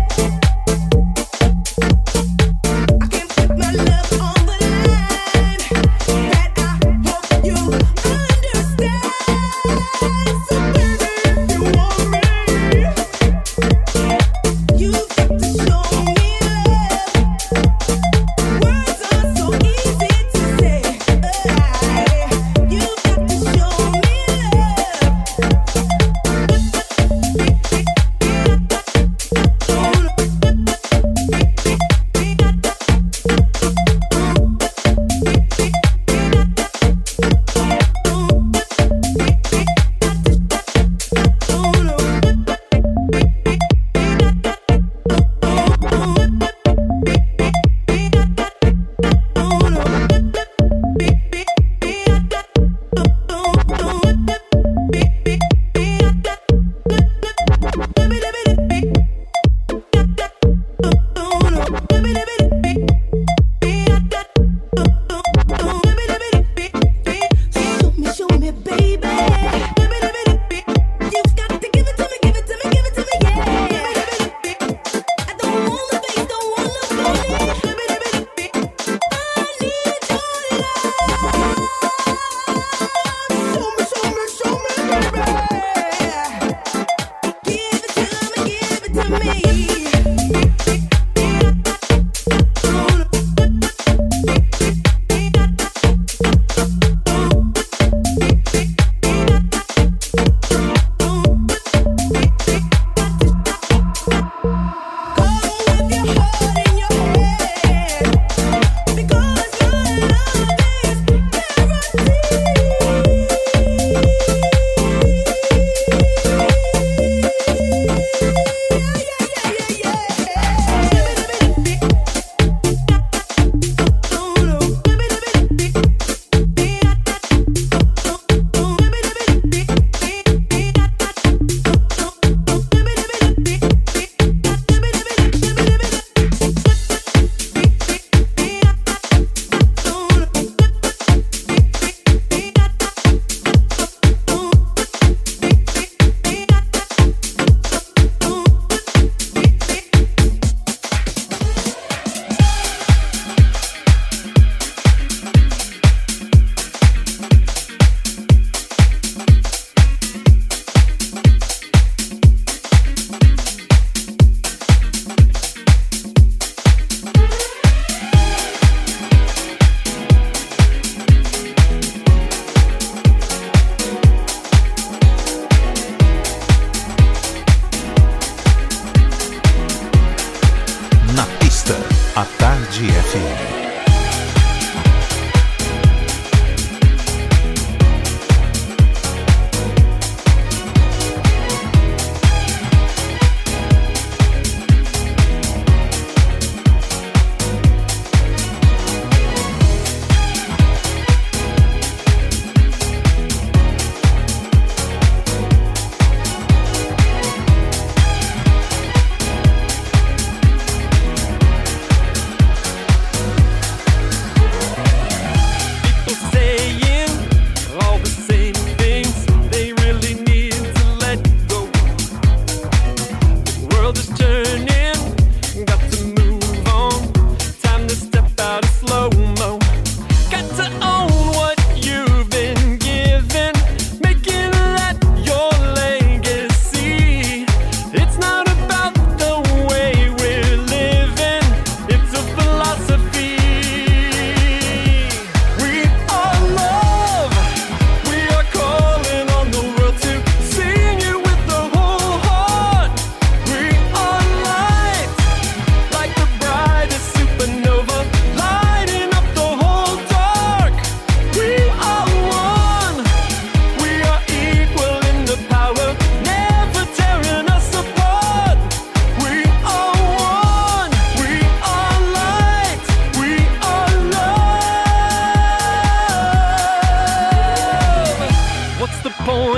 I can put my love on the line, that I hope you understand. So baby, if you want me, you've got to show me love. Words are so easy to say. You've got to show me show me, baby. You've got to give it to me, give it to me, give it to me, yeah. I don't want the face, don't want the booty. I need your love. Show me, baby. Give it to me. Na pista, a Tarde FM.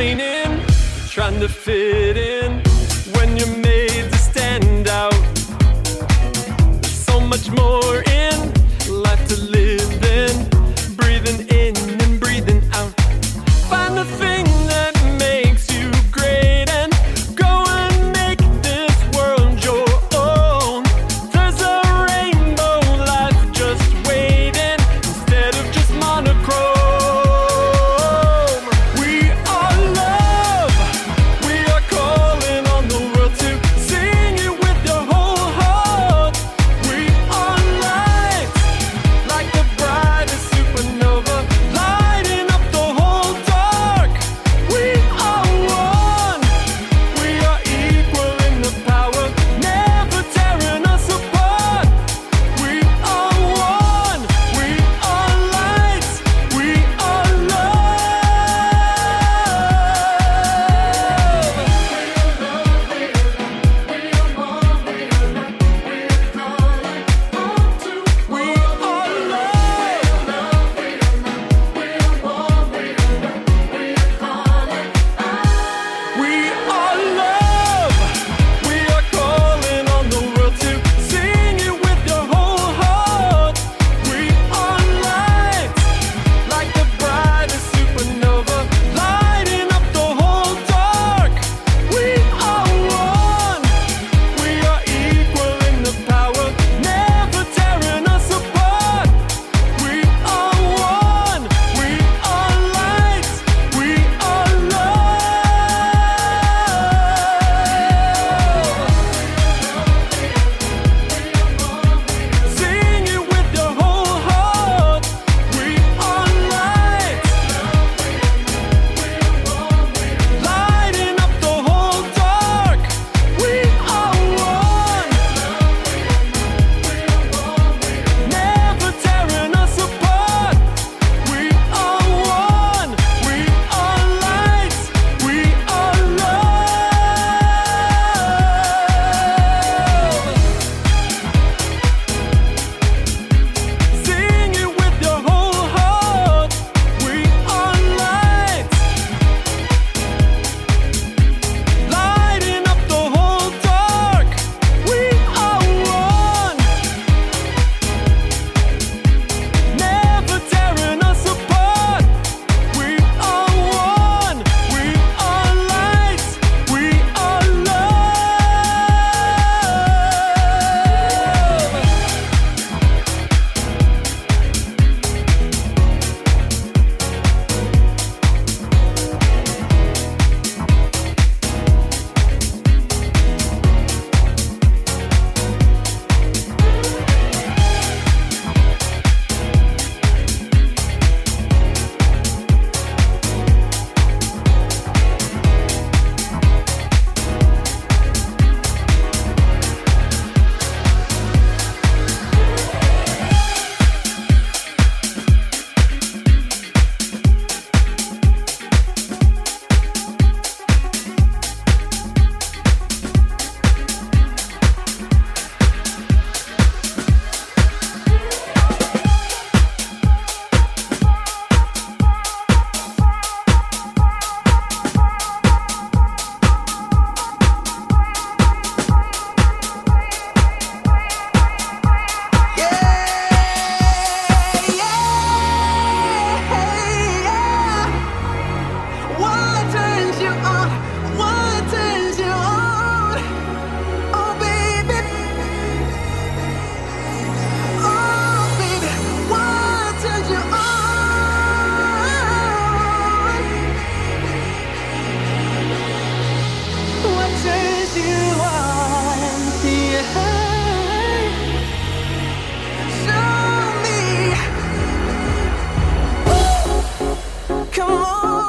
disappointing, trying to fit in when you're made to stand out. There's so much more in life to live in, breathing in and breathing out. Find the thing that makes you great and go and make this world your own. There's a rainbow life just waiting instead of just monochrome. We are love. We are calling on the world to sing it with your whole heart. We are light, like the brightest supernova, lighting up the whole dark. We are one. We are equal in the power, never tearing us apart. We are one. We are light. We are We are love. We are calling on the world to sing it with your whole heart. We are light, like the brightest supernova, lighting up the whole dark. We are one. We are equal in the power, never tearing us apart. We are one. We are light. We are love. Sing it with your whole heart. We are light, lighting up the whole dark. We are one, never tearing us apart. We are one. We are light. We are love. Sing it with your whole heart. We are light, lighting up the whole dark. We are one, never tearing us apart. We are one. We are light. We are What turns you on? What turns you on? Oh baby, oh baby, what turns you on? What turns you on? Yeah. Show me. Come on.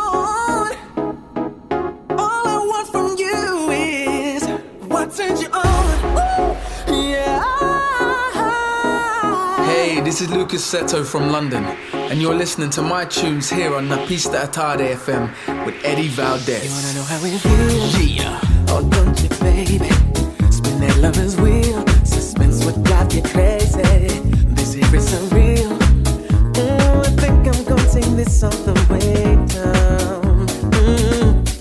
All I want from you is what turns you on. Yeah. Hey, this is Lucas Seto from London, and you're listening to my tunes here on Napista Atade FM with Eddie Valdez. You wanna know how it feels? Yeah. Oh, don't you, baby? Spin that lover's wheel. Suspense would drive you crazy. This here is surreal. I think I'm gonna take this all the way down.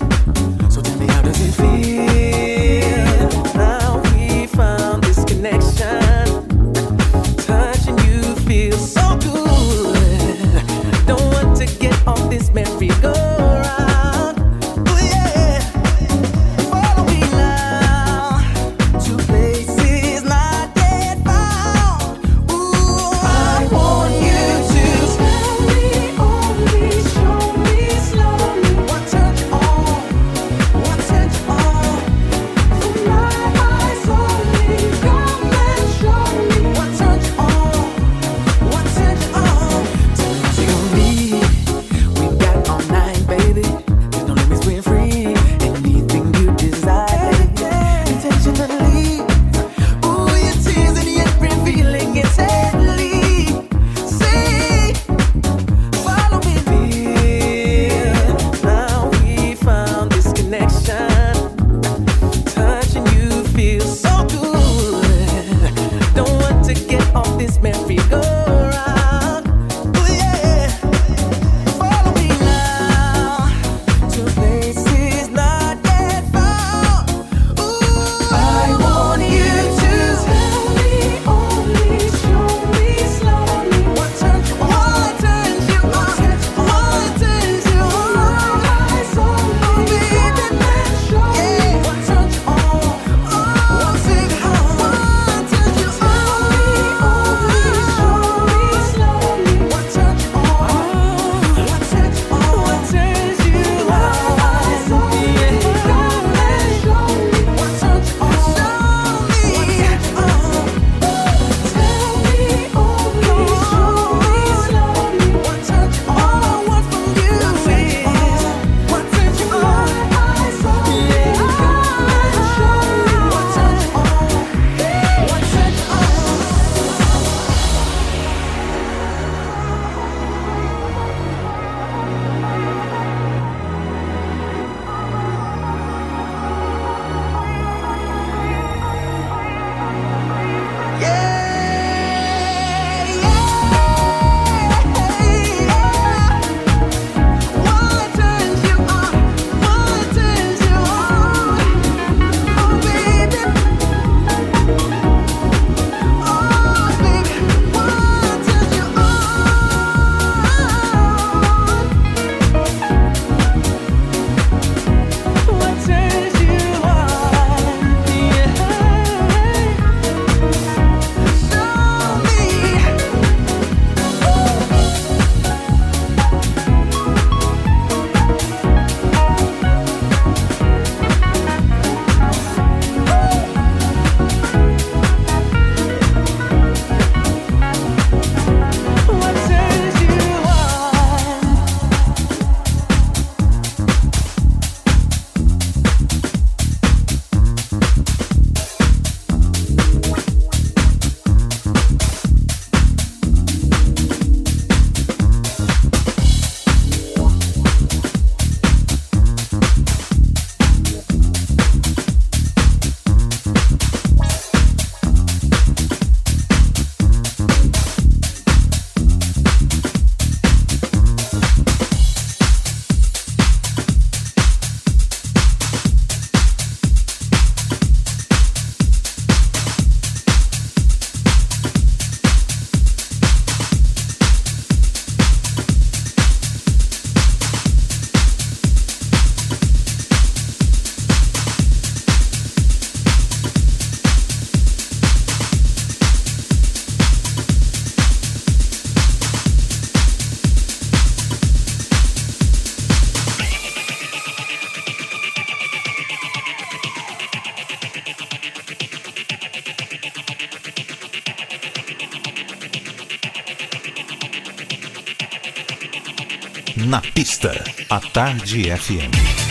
na pista. A Tarde FM.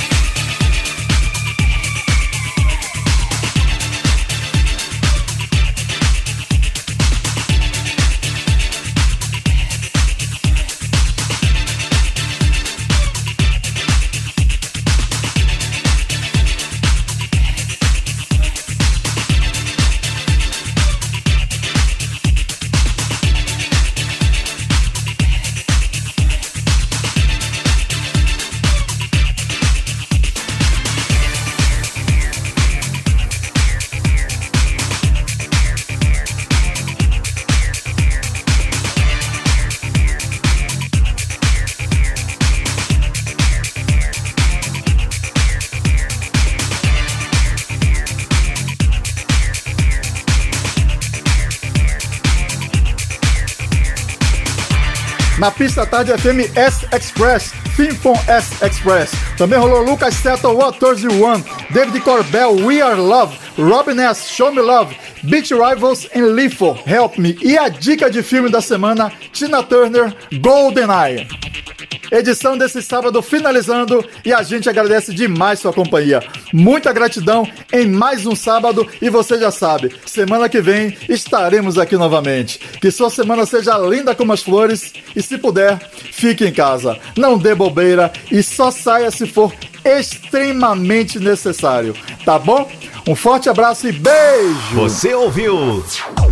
Na pista Tarde FM S Express, Symphon S Express. Também rolou Lucas Settle, What Turns You On, David Corbell, We Are Love, Robin S, Show Me Love, Beach Rivals e Lethal, Help Me. E a dica de filme da semana, Tina Turner, GoldenEye. Edição desse sábado finalizando e a gente agradece demais sua companhia. Muita gratidão em mais um sábado e você já sabe, semana que vem estaremos aqui novamente. Que sua semana seja linda como as flores e se puder, fique em casa. Não dê bobeira e só saia se for extremamente necessário, tá bom? Um forte abraço e beijo! Você ouviu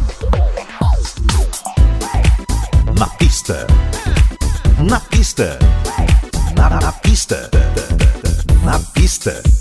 Na Pista. Na pista. Na pista. Na pista.